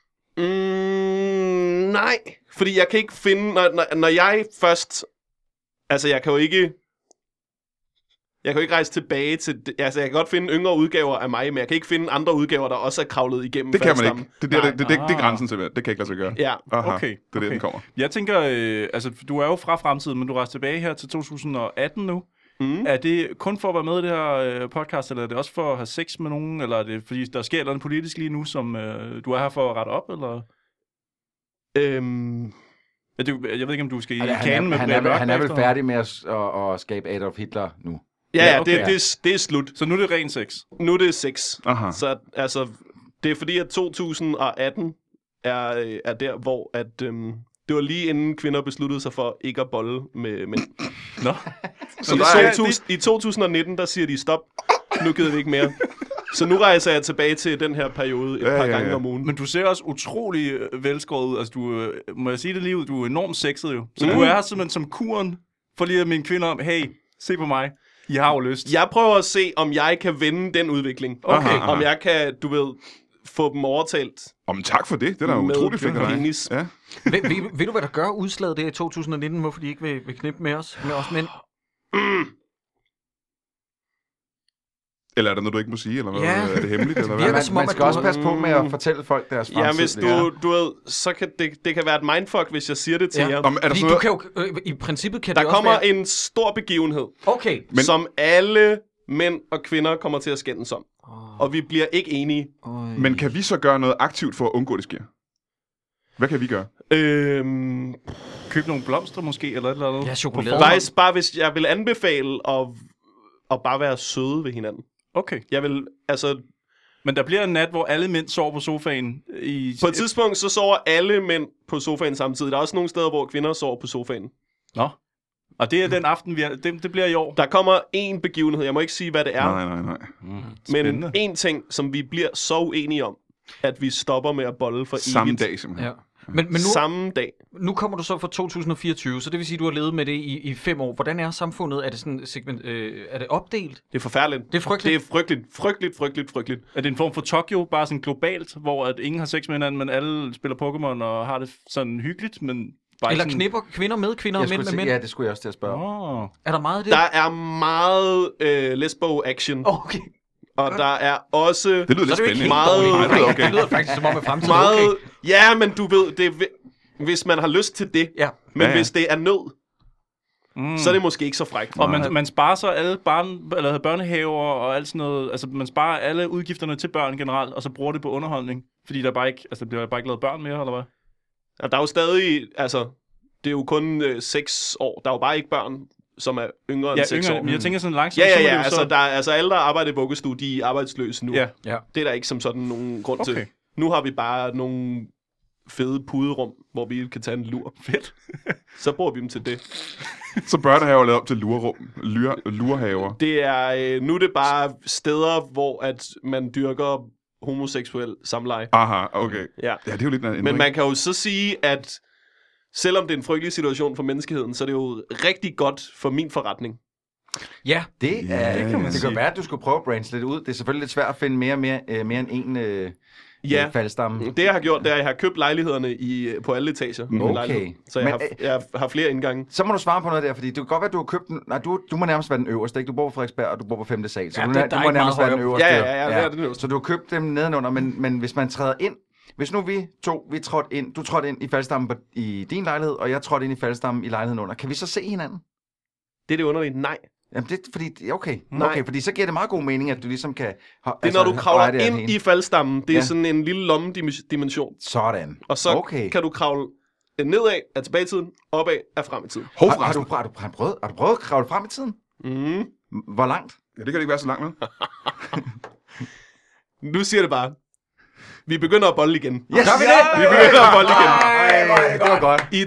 Nej, fordi jeg kan ikke finde... Når jeg først... Altså, jeg kan jo ikke rejse tilbage til... Altså, jeg kan godt finde yngre udgaver af mig, men jeg kan ikke finde andre udgaver, der også er kravlet igennem. Det kan man faldstammen. ikke. Det er grænsen simpelthen. Det kan ikke lade sig gøre. Ja. Aha, Okay, det er det, den kommer. Jeg tænker, du er jo fra fremtiden, men du rejser tilbage her til 2018 nu. Mm. Er det kun for at være med i det her podcast, eller er det også for at have sex med nogen, eller er det fordi, der sker noget politisk lige nu, som du er her for at rette op, eller? Jeg ved ikke, om du skal i Altså, kanen med han er vel færdig med at skabe Adolf Hitler nu. Ja, okay. det er slut. Så nu er det ren sex. Nu er det sex. Aha. Så altså, det er fordi, at 2018 er der, hvor at, det var lige inden kvinder besluttede sig for ikke at bolle med mænd. Nå. I 2019, der siger de stop. Nu gider vi ikke mere. Så nu rejser jeg tilbage til den her periode et par gange om ugen. Men du ser også utrolig velskåret ud. Altså, du, må jeg sige det lige ud, du er enormt sexet jo. Så du er her simpelthen som kuren for lige at minde kvinder om, hey, se på mig. I har jo lyst. Jeg prøver at se, om jeg kan vende den udvikling. Okay. Om jeg kan, du ved, få dem overtalt. Men tak for det. Det er da Med utroligt fedt af dig. penis. Ja. Ved du, hvad der gør udslaget det i 2019? Hvorfor de ikke vil knippe med os mænd? Eller er der noget, du ikke må sige? Eller hvad? Ja. Er det hemmeligt? Eller hvad? virker som om, Man at skal du også har- passe på med at fortælle folk deres Ja, fremtid. hvis du ved, så kan det kan være et mindfuck, hvis jeg siger det til jer. Er der Fordi sådan du noget? kan jo, i princippet kan Der det også kommer være... en stor begivenhed, Okay. som alle mænd og kvinder kommer til at skændes om. Og vi bliver ikke enige. Men kan vi så gøre noget aktivt for at undgå, det sker? Hvad kan vi gøre? Køb nogle blomster måske, eller et eller andet. Ja, chokolade. Faktisk bare, hvis jeg vil anbefale at bare være søde ved hinanden. Okay. Jeg vil, altså, Men der bliver en nat, hvor alle mænd sover på sofaen. på et tidspunkt, så sover alle mænd på sofaen samtidig. Der er også nogle steder, hvor kvinder sover på sofaen. Nå. Og det er den aften, det bliver i år. Der kommer en begivenhed, jeg må ikke sige, hvad det er. Nej. Men Spændende. en ting, som vi bliver så uenige om, at vi stopper med at bolle for Samme evigt. dag simpelthen. Ja. Men Samme dag. nu kommer du så fra 2024, så det vil sige, at du har levet med det i 5 år. Hvordan er samfundet? Er det sådan er det opdelt? Det er forfærdeligt. Det er frygteligt. Det er frygteligt. Er det en form for Tokyo, bare sådan globalt, hvor at ingen har sex med hinanden, men alle spiller Pokémon og har det sådan hyggeligt, men bare Eller sådan... knipper kvinder med kvinder og Jeg mænd skulle med sige, mænd? ja, det skulle jeg også til at spørge. Er der meget af det? Der er meget lesbo-action. Okay. Og der er også Det lyder Så lidt er det jo ikke spændende. helt Meget- dårligt. Nej, det lyder okay. Det lyder faktisk som om, at fremtiden er meget... okay. Ja, men du ved, det er, hvis man har lyst til det. Ja. Men Ja. hvis det er nød, så er det måske ikke så frækt. Og man sparer så alle børnehaver og alt sådan noget. Altså, man sparer alle udgifterne til børn generelt, og så bruger det på underholdning. Fordi der bare ikke, altså, der bliver bare ikke lavet børn mere, eller hvad? Og der er jo stadig, altså, det er jo kun 6 år. Der er jo bare ikke børn, som er yngre end 6 år. Men jeg tænker sådan langsomt. Ja, så må det jo altså, så... der er, altså alle, der arbejder i vuggestue, de er arbejdsløse nu. Ja. Ja. Det er der ikke som sådan nogen grund Okay. til. Nu har vi bare nogle fede puderum, hvor vi kan tage en lur. Fedt. Så bruger vi dem til det. Så børnehaver er lavet op til lurehaver. Det er, nu er det bare steder, hvor at man dyrker homoseksuel samleje. Aha, okay. Ja. Ja, det er jo lidt en ændring. Men man kan jo så sige, at selvom det er en frygtelig situation for menneskeheden, så er det jo rigtig godt for min forretning. Ja. Det kan man kan sige. være, at du skulle prøve at branche lidt ud. Det er selvfølgelig lidt svært at finde mere end en Ja. faldstamme. Det jeg har gjort, det er, at jeg har købt lejlighederne på alle etager. i Okay. lejligheden. Så jeg har flere indgange. Så må du svare på noget der, fordi det kan godt være, at du har købt den. Nej, du må nærmest være den øverste, ikke? Du bor på Frederiksberg, og du bor på 5. sal. Så Ja, du, der du er må ikke nærmest meget være den højere. øverste. Ja, det er den øverste. Så du har købt dem nedenunder, men hvis man træder ind, hvis nu vi trådte ind, du trådte ind i faldstammen i din lejlighed, og jeg trådte ind i faldstammen i lejligheden under, kan vi så se hinanden? Det er det underlige. Nej. Jamen det er fordi, okay, Nej. fordi så giver det meget god mening, at du ligesom kan... Det er, når du kravler ind i faldstammen. Det er Ja. sådan en lille lommedimension. Sådan. Og så kan du kravle nedad af tilbage i tiden, opad af frem i tiden. Har du prøvet at kravle frem i tiden? Mm. Hvor langt? Ja, det kan det ikke være så langt med. Nu siger det bare. Vi begynder at bolle igen. Yes! Gør vi Vi begynder at bolle igen. det var godt. I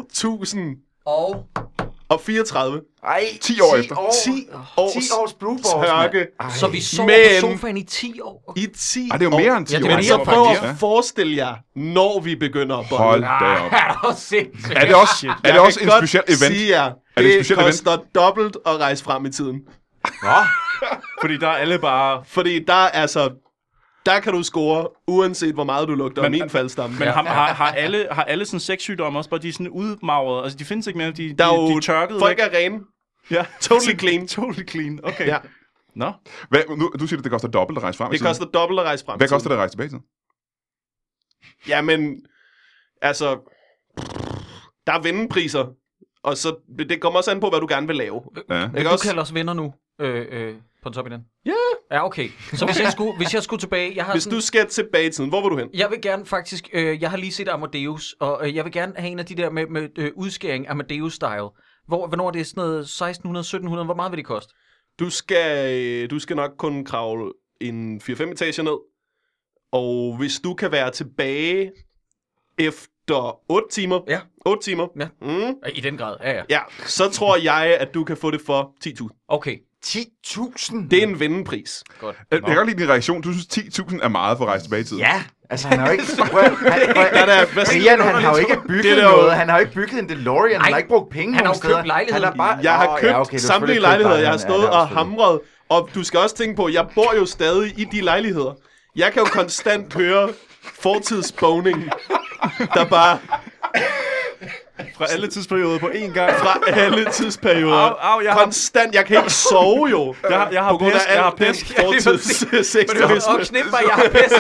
2034. Ej, 10 år efter. 10 års 10 års blue balls, tørke. Så vi sover Men- på sofaen i 10 år? I 10 Ej, det er jo mere end 10 Ja, det år. er Men så mere, prøv faktisk. at forestille jer, når vi begynder at bolle. Hold da op. Er du sindssygt? Er det også, er det også en speciel event? Sige jer, Er det et det specielt koster dobbelt at rejse frem i tiden. Nå, Fordi der er alle bare... Fordi der kan du score, uanset hvor meget du lugter af min faldstamme. Men har alle sådan sexsygdomme også bare, de er sådan udmagrede? Altså, de findes ikke mere, de Der er jo de tørkede folk væk. er rene. Ja. Totally clean. Totally clean, okay. Ja. Nå. Du siger, at det koster dobbelt at rejse frem i Det tiden. koster dobbelt at rejse frem. Hvad i tiden. koster det at rejse tilbage i tiden? Jamen, altså, der er vendepriser, og så det kommer også an på, hvad du gerne vil lave. Ja. Men du også? kalder os venner nu. på en top i den? Ja. Ja, okay. Så hvis jeg skulle tilbage... Jeg har Hvis du skal tilbage i tiden, hvor vil du hen? Jeg vil gerne faktisk... jeg har lige set Amadeus, og jeg vil gerne have en af de der med udskæring Amadeus-style. Hvornår er det sådan noget 1600-1700? Hvor meget vil det koste? Du skal nok kun kravle en 4-5 etager ned. Og hvis du kan være tilbage efter 8 timer... Ja. 8 timer. Ja. I den grad, ja. Ja, så tror jeg, at du kan få det for 10.000. Okay. 10.000? Det er en vendepris. Godt. Jeg kan godt lide din reaktion. Du synes, 10.000 er meget for at rejse tilbage i tiden. Ja, altså han har jo ikke... Brian, han har jo ikke bygget noget. Han har jo ikke bygget en DeLorean. Han har ikke brugt penge han nogen har jo købt steder. lejligheden. Han har bare... Jeg har købt samtlige lejligheder. Jeg har stået og hamret. Og du skal også tænke på, at jeg bor jo stadig i de lejligheder. Jeg kan jo konstant høre fortidsboning, der bare... Fra alle tidsperioder på én gang. Fra alle tidsperioder. Konstant. Jeg kan ikke sove jo. Jeg har pest. Jeg har pest. Og knip mig, jeg har pest.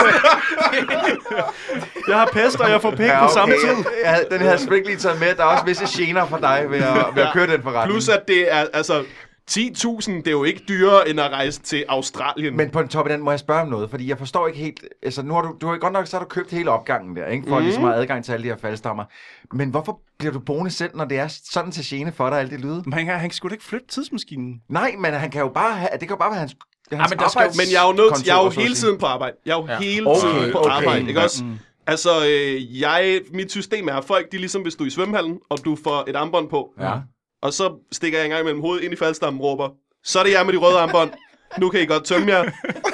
Jeg har pest, og jeg får penge på samme tid. Den havde jeg ikke lige taget med. Der er også visse gener for dig ved at køre den forretning. Plus at det er, altså... 10.000, det er jo ikke dyrere end at rejse til Australien. Men på en top af den må jeg spørge om noget, fordi jeg forstår ikke helt... Altså, nu har du har godt nok så har du købt hele opgangen der, ikke? For ligesom at have adgang til alle de her faldstammer. Men hvorfor bliver du boende selv, når det er sådan til gene for dig, alle de lyde? Men han skulle da ikke flytte tidsmaskinen. Nej, men han kan jo bare have... Det kan jo bare være hans men jeg er jo nødt til... Jeg er jo hele tiden på arbejde. Jeg er jo hele tiden på arbejde, ikke også? Altså, mit system er, at folk, de er ligesom hvis du er i svømmehallen, og du får et armbånd på. Ja. Og så stikker jeg en gang mellem hovedet ind i faldstammen og råber, så er det jer med de røde armbånd. Nu kan I godt tømme jer.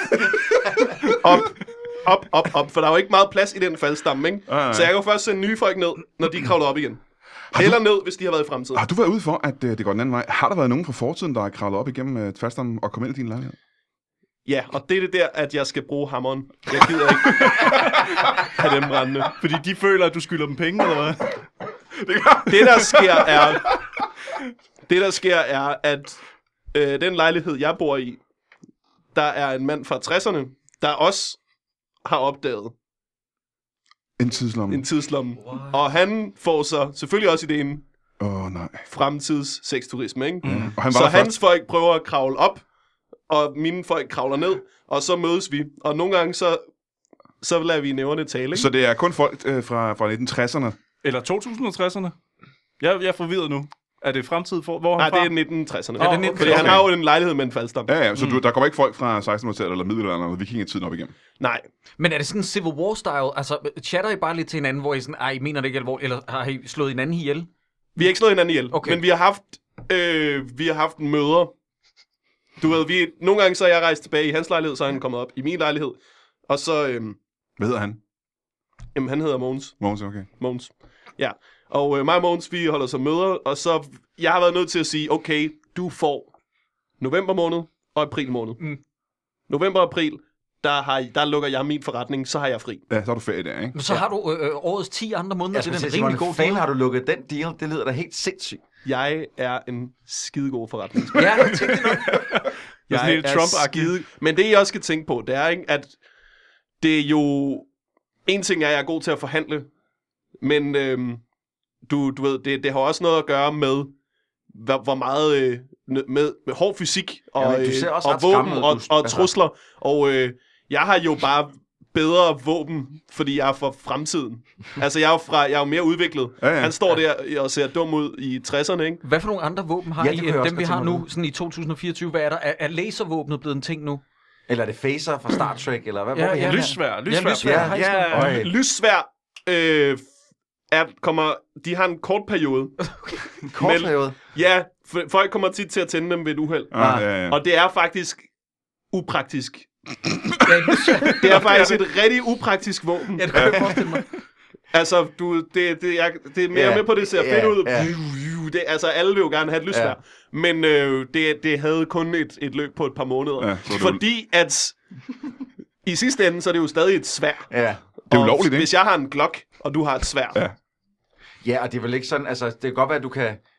Op. For der er jo ikke meget plads i den faldstamme, ikke? Så jeg kan jo først sende nye folk ned, når de kravler op igen. Eller ned, hvis de har været i fremtiden. Har du været ude for, at det går den anden vej? Har der været nogen fra fortiden, der har kravlet op igennem faldstammen og kommet ind i din lejlighed? Ja, og det er det der, at jeg skal bruge hammeren. Jeg gider ikke have dem brændende. Fordi de føler, at du skylder dem penge, eller hvad? Det der sker er, at den lejlighed, jeg bor i, der er en mand fra 60'erne, der også har opdaget en tidslomme. Og han får så selvfølgelig også ideen nej. fremtids sexturisme, ikke? Og så hans folk prøver at kravle op, og mine folk kravler ned, og så mødes vi. Og nogle gange så lader vi nævnerne tale, ikke? Så det er kun folk fra 1960'erne? Eller 2060'erne? Jeg er forvirret nu. Er det fremtid for? Hvor han det er 1960'erne. Okay. Fordi han har jo en lejlighed med en faldstamme. Ja, så der kommer ikke folk fra 1600-tallet eller middelalderen eller vikingetiden op igennem? Nej. Men er det sådan en Civil War-style? Altså, chatter I bare lidt til hinanden, hvor I sådan, I mener det ikke alvorligt, eller har I slået hinanden ihjel? Vi har ikke slået hinanden ihjel, okay. Men vi har haft møder. Du ved, nogle gange så er jeg rejst tilbage i hans lejlighed, så er han kommet op i min lejlighed. Og så... Hvad hedder han? Jamen, han hedder Mogens. Mogens. Ja. Og mig og Mogens, vi holder så møder, og så... Jeg har været nødt til at sige, okay, du får november måned og april måned. November og april, der lukker jeg min forretning, så har jeg fri. Ja, så har du ferie der, ikke? Men så har du årets 10 andre måneder, det er en rimelig god deal. Har du lukket den deal? Det lyder da helt sindssygt. Jeg er en skidegod forretning. Ja, jeg tænkte nok. Jeg er skide... Men det, I også skal tænke på, det er, ikke, at det er jo... En ting er, at jeg er god til at forhandle, men du ved, det har også noget at gøre med, hvor meget... med hård fysik og våben og trusler. Og jeg har jo bare bedre våben, fordi jeg er fra fremtiden. Altså, jeg er jo mere udviklet. Ja. Han står der og ser dum ud i 60'erne, ikke? Hvad for nogle andre våben har I, end dem vi har nu, sådan i 2024? Hvad er der? Er laservåbnet blevet en ting nu? Eller er det phaser fra Star Trek, eller hvad? Ja. Lyssvær. Lyssvær de har en kort periode. Kort periode? Ja, folk kommer tit til at tænde dem ved et uheld. Ja. Og det er faktisk upraktisk. Det er faktisk et rigtig upraktisk våben. Ja, det kan jeg forestille mig. Altså, det er mere med på, det ser fedt ud. Altså, alle vil jo gerne have et lysvær. Men det havde kun et løb på et par måneder. Fordi at i sidste ende, så er det jo stadig et svær. Ja. Det er ulovligt, ikke? Hvis jeg har en Glock, og du har et svær. Ja, og det er vel ikke sådan, altså det kan godt være, at du kan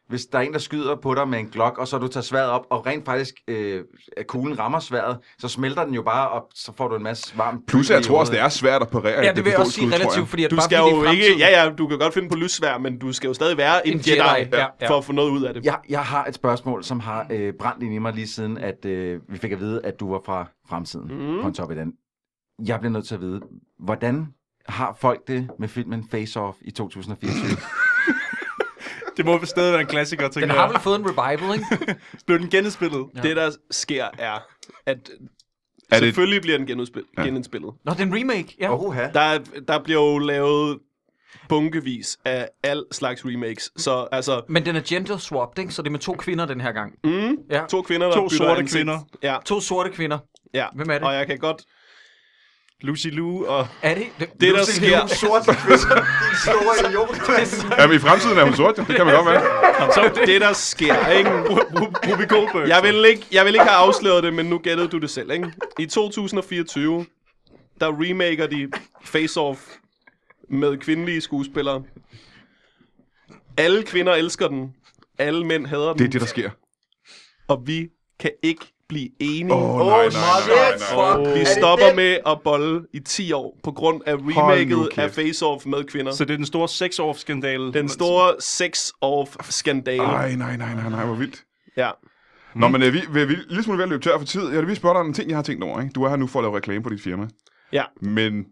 hvis der er en, der skyder på dig med en glok, og så du tager sværet op, og rent faktisk at kuglen rammer sværet, så smelter den jo bare op, så får du en masse varmt. Plus, jeg tror også, det er svært at parere. Ja, det vil jeg også sige relativt, fordi at Du bare skal fordi jo det er ikke... fremtiden- du kan godt finde på lyssvær, men du skal jo stadig være en Jedi, Ja. for at få noget ud af det. Jeg har et spørgsmål, som har brændt ind i mig lige siden, at vi fik at vide, at du var fra fremtiden på en top i den. Jeg bliver nødt til at vide, hvordan har folk det med filmen Face Off i 2024? Det må stadig være en klassiker, tænker Den har vel fået en revival, ikke? Blev den genindspillet? Ja. Det, der sker, er, at det- selvfølgelig bliver den genindspillet. Nå, det er en remake, ja. Oha. Der bliver jo lavet bunkevis af al slags remakes. Så altså... Men den er gender swapped, ikke? Så det er med 2 kvinder den her gang. Ja. 2 kvinder, der 2 bytter sorte ansigt. kvinder. Ja, 2 sorte kvinder. ja. Hvem er det? Og jeg kan godt... Lucy Liu og... Er det? Det, der sker... Sort kvinder, din store idiot. Ja, men i fremtiden er hun sort, jo. Det kan man godt være. Så det, der sker, ikke? Ruby Goldberg. Jeg vil ikke have afsløret det, men nu gættede du det selv, ikke? I 2024, der remaker de Face Off med kvindelige skuespillere. Alle kvinder elsker den. Alle mænd hader den. Det er det, der sker. Og vi kan ikke blive enige. Nej. Vi stopper med at bolle i 10 år på grund af Hold nu remaket kæft. af Face Off med kvinder. Så det er den store sex-off-skandale. Den store sex-off-skandale. Nej, hvor vildt. Ja. Nå, men vi er lige smule ved at løbe tør for tid. Jeg vil lige spørge dig om en ting, jeg har tænkt over. Ikke? Du er her nu for at lave reklame på dit firma. Ja. Men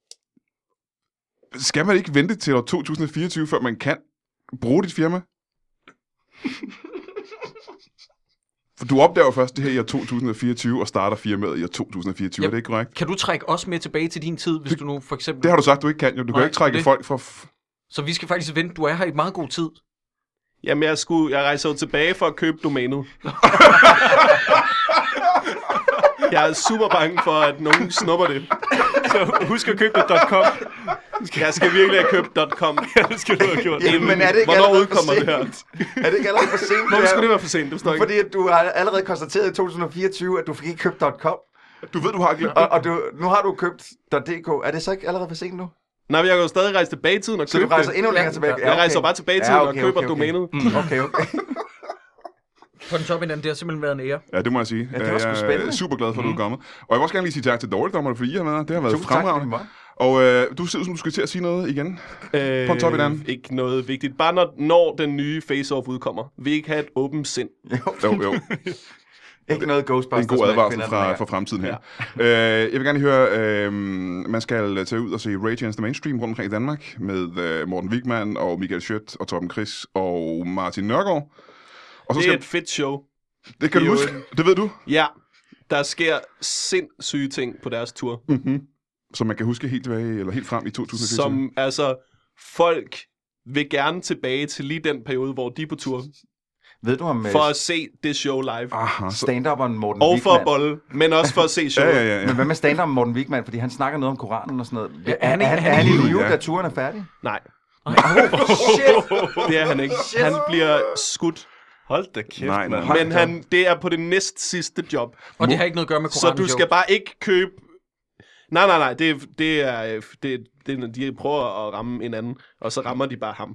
skal man ikke vente til år 2024, før man kan bruge dit firma? For du opdager først det her i år 2024 og starter firmaet i år 2024. Ja. Er det ikke korrekt? Kan du trække os med tilbage til din tid, hvis du nu for eksempel... Det har du sagt, du ikke kan. Jo. Du kan Nej, ikke trække det- folk fra... Så vi skal faktisk vente. Du er her i meget god tid. Jamen, jeg rejser jo tilbage for at købe domænet. Jeg er super bange for, at nogen snupper det. Så husk at købe det .com. Jeg skal virkelig have købt .com. Det skal du have gjort. Men er det ikke Hvornår allerede for udkommer det sent? her? Er det ikke allerede for sent? Hvorfor skulle det være for sent? Det forstår jeg ikke. Fordi at du har allerede konstateret i 2024, at du fik ikke købt .com. Du ved, du har glemt Og nu har du købt .dk. Er det så ikke allerede for sent nu? Nej, men jeg kan jo stadig rejse tilbage i tiden og Så du købe rejser det. endnu længere tilbage? Jeg rejser bare tilbage i tiden og køber domænet. Okay. På den top af den, det har simpelthen været en ære. Ja, det må jeg sige. Ja, det var sgu Jeg er spændende. super glad for, at du er kommet. Og jeg vil også gerne lige sige tak til dårligdommerne, fordi I har været. Det har været Tusind tak, fremragende. Limor. Og du ser ud som, du skal til at sige noget igen. På en top i den. Ikke noget vigtigt. Bare når den nye Face-Off udkommer. Vi ikke have et åbent sind. Jo. Ikke noget Det er Ghostbusters. en god med advarsel kvinder, fra der fremtiden her. Jeg vil gerne lige høre, man skal tage ud og se Rage Against the Mainstream rundt omkring i Danmark med Morten Wigman og Michael Schødt og Torben Chris og Martin Nørgaard. Og så Det skal er et fedt show. det kan du det er huske. jo Det ved du. Ja, der sker sindssyge ting på deres tur. Så man kan huske helt tilbage, eller helt frem i 2024. Som, altså, folk vil gerne tilbage til lige den periode, hvor de er på tur. Ved du om For at se det show live. Aha, så, stand-upperen Morten Og for at Wigman? bolle, men også for at se showet. ja. Men hvad med stand-upperen Morten Wigman? Fordi han snakker noget om Koranen og sådan noget. Ja, Er han han er i i live, ja. da turen er færdig? Nej, Shit! det er han ikke. Han bliver skudt. Hold da kæft, Nej, mand. nej. Men det er på det næst sidste job. Og det har ikke noget at gøre med Så Koranen. du skal bare ikke købe... Nej, det er de prøver at ramme en anden, og så rammer de bare ham.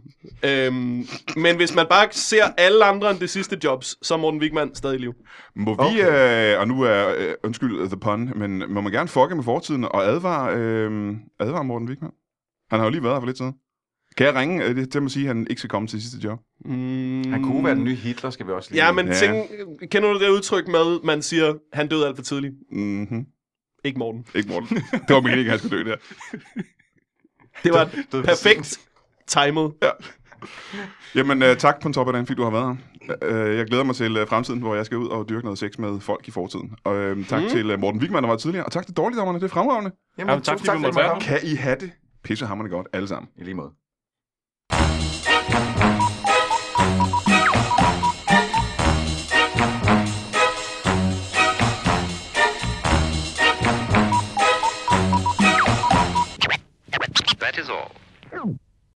Men hvis man bare ser alle andre end det sidste jobs, så er Morten Wigman stadig i liv. Må vi, og nu er, undskyld the pun, men må man gerne fucke med fortiden og advare Morten Wigman? Han har jo lige været her for lidt siden. Kan jeg ringe til at sige, at han ikke skal komme til sidste job? Han kunne være den nye Hitler, skal vi også lige... Ja, men Ja. kender du det udtryk med, man siger, han døde alt for tidligt? Mhm. Ikke Morten. Ikke Morten. Det var meningen, at han skulle dø der. Det var perfekt timet. Jamen, tak på en top af den, fordi du har været her. Jeg glæder mig til fremtiden, hvor jeg skal ud og dyrke noget sex med folk i fortiden. Og tak til Morten Wigman, der var tidligere. Og tak til dårligdommerne, det er fremragende. Jamen, tak, tusind fordi vi måtte for at være komme. Kan I have det pissehammerende godt, alle sammen. I lige måde.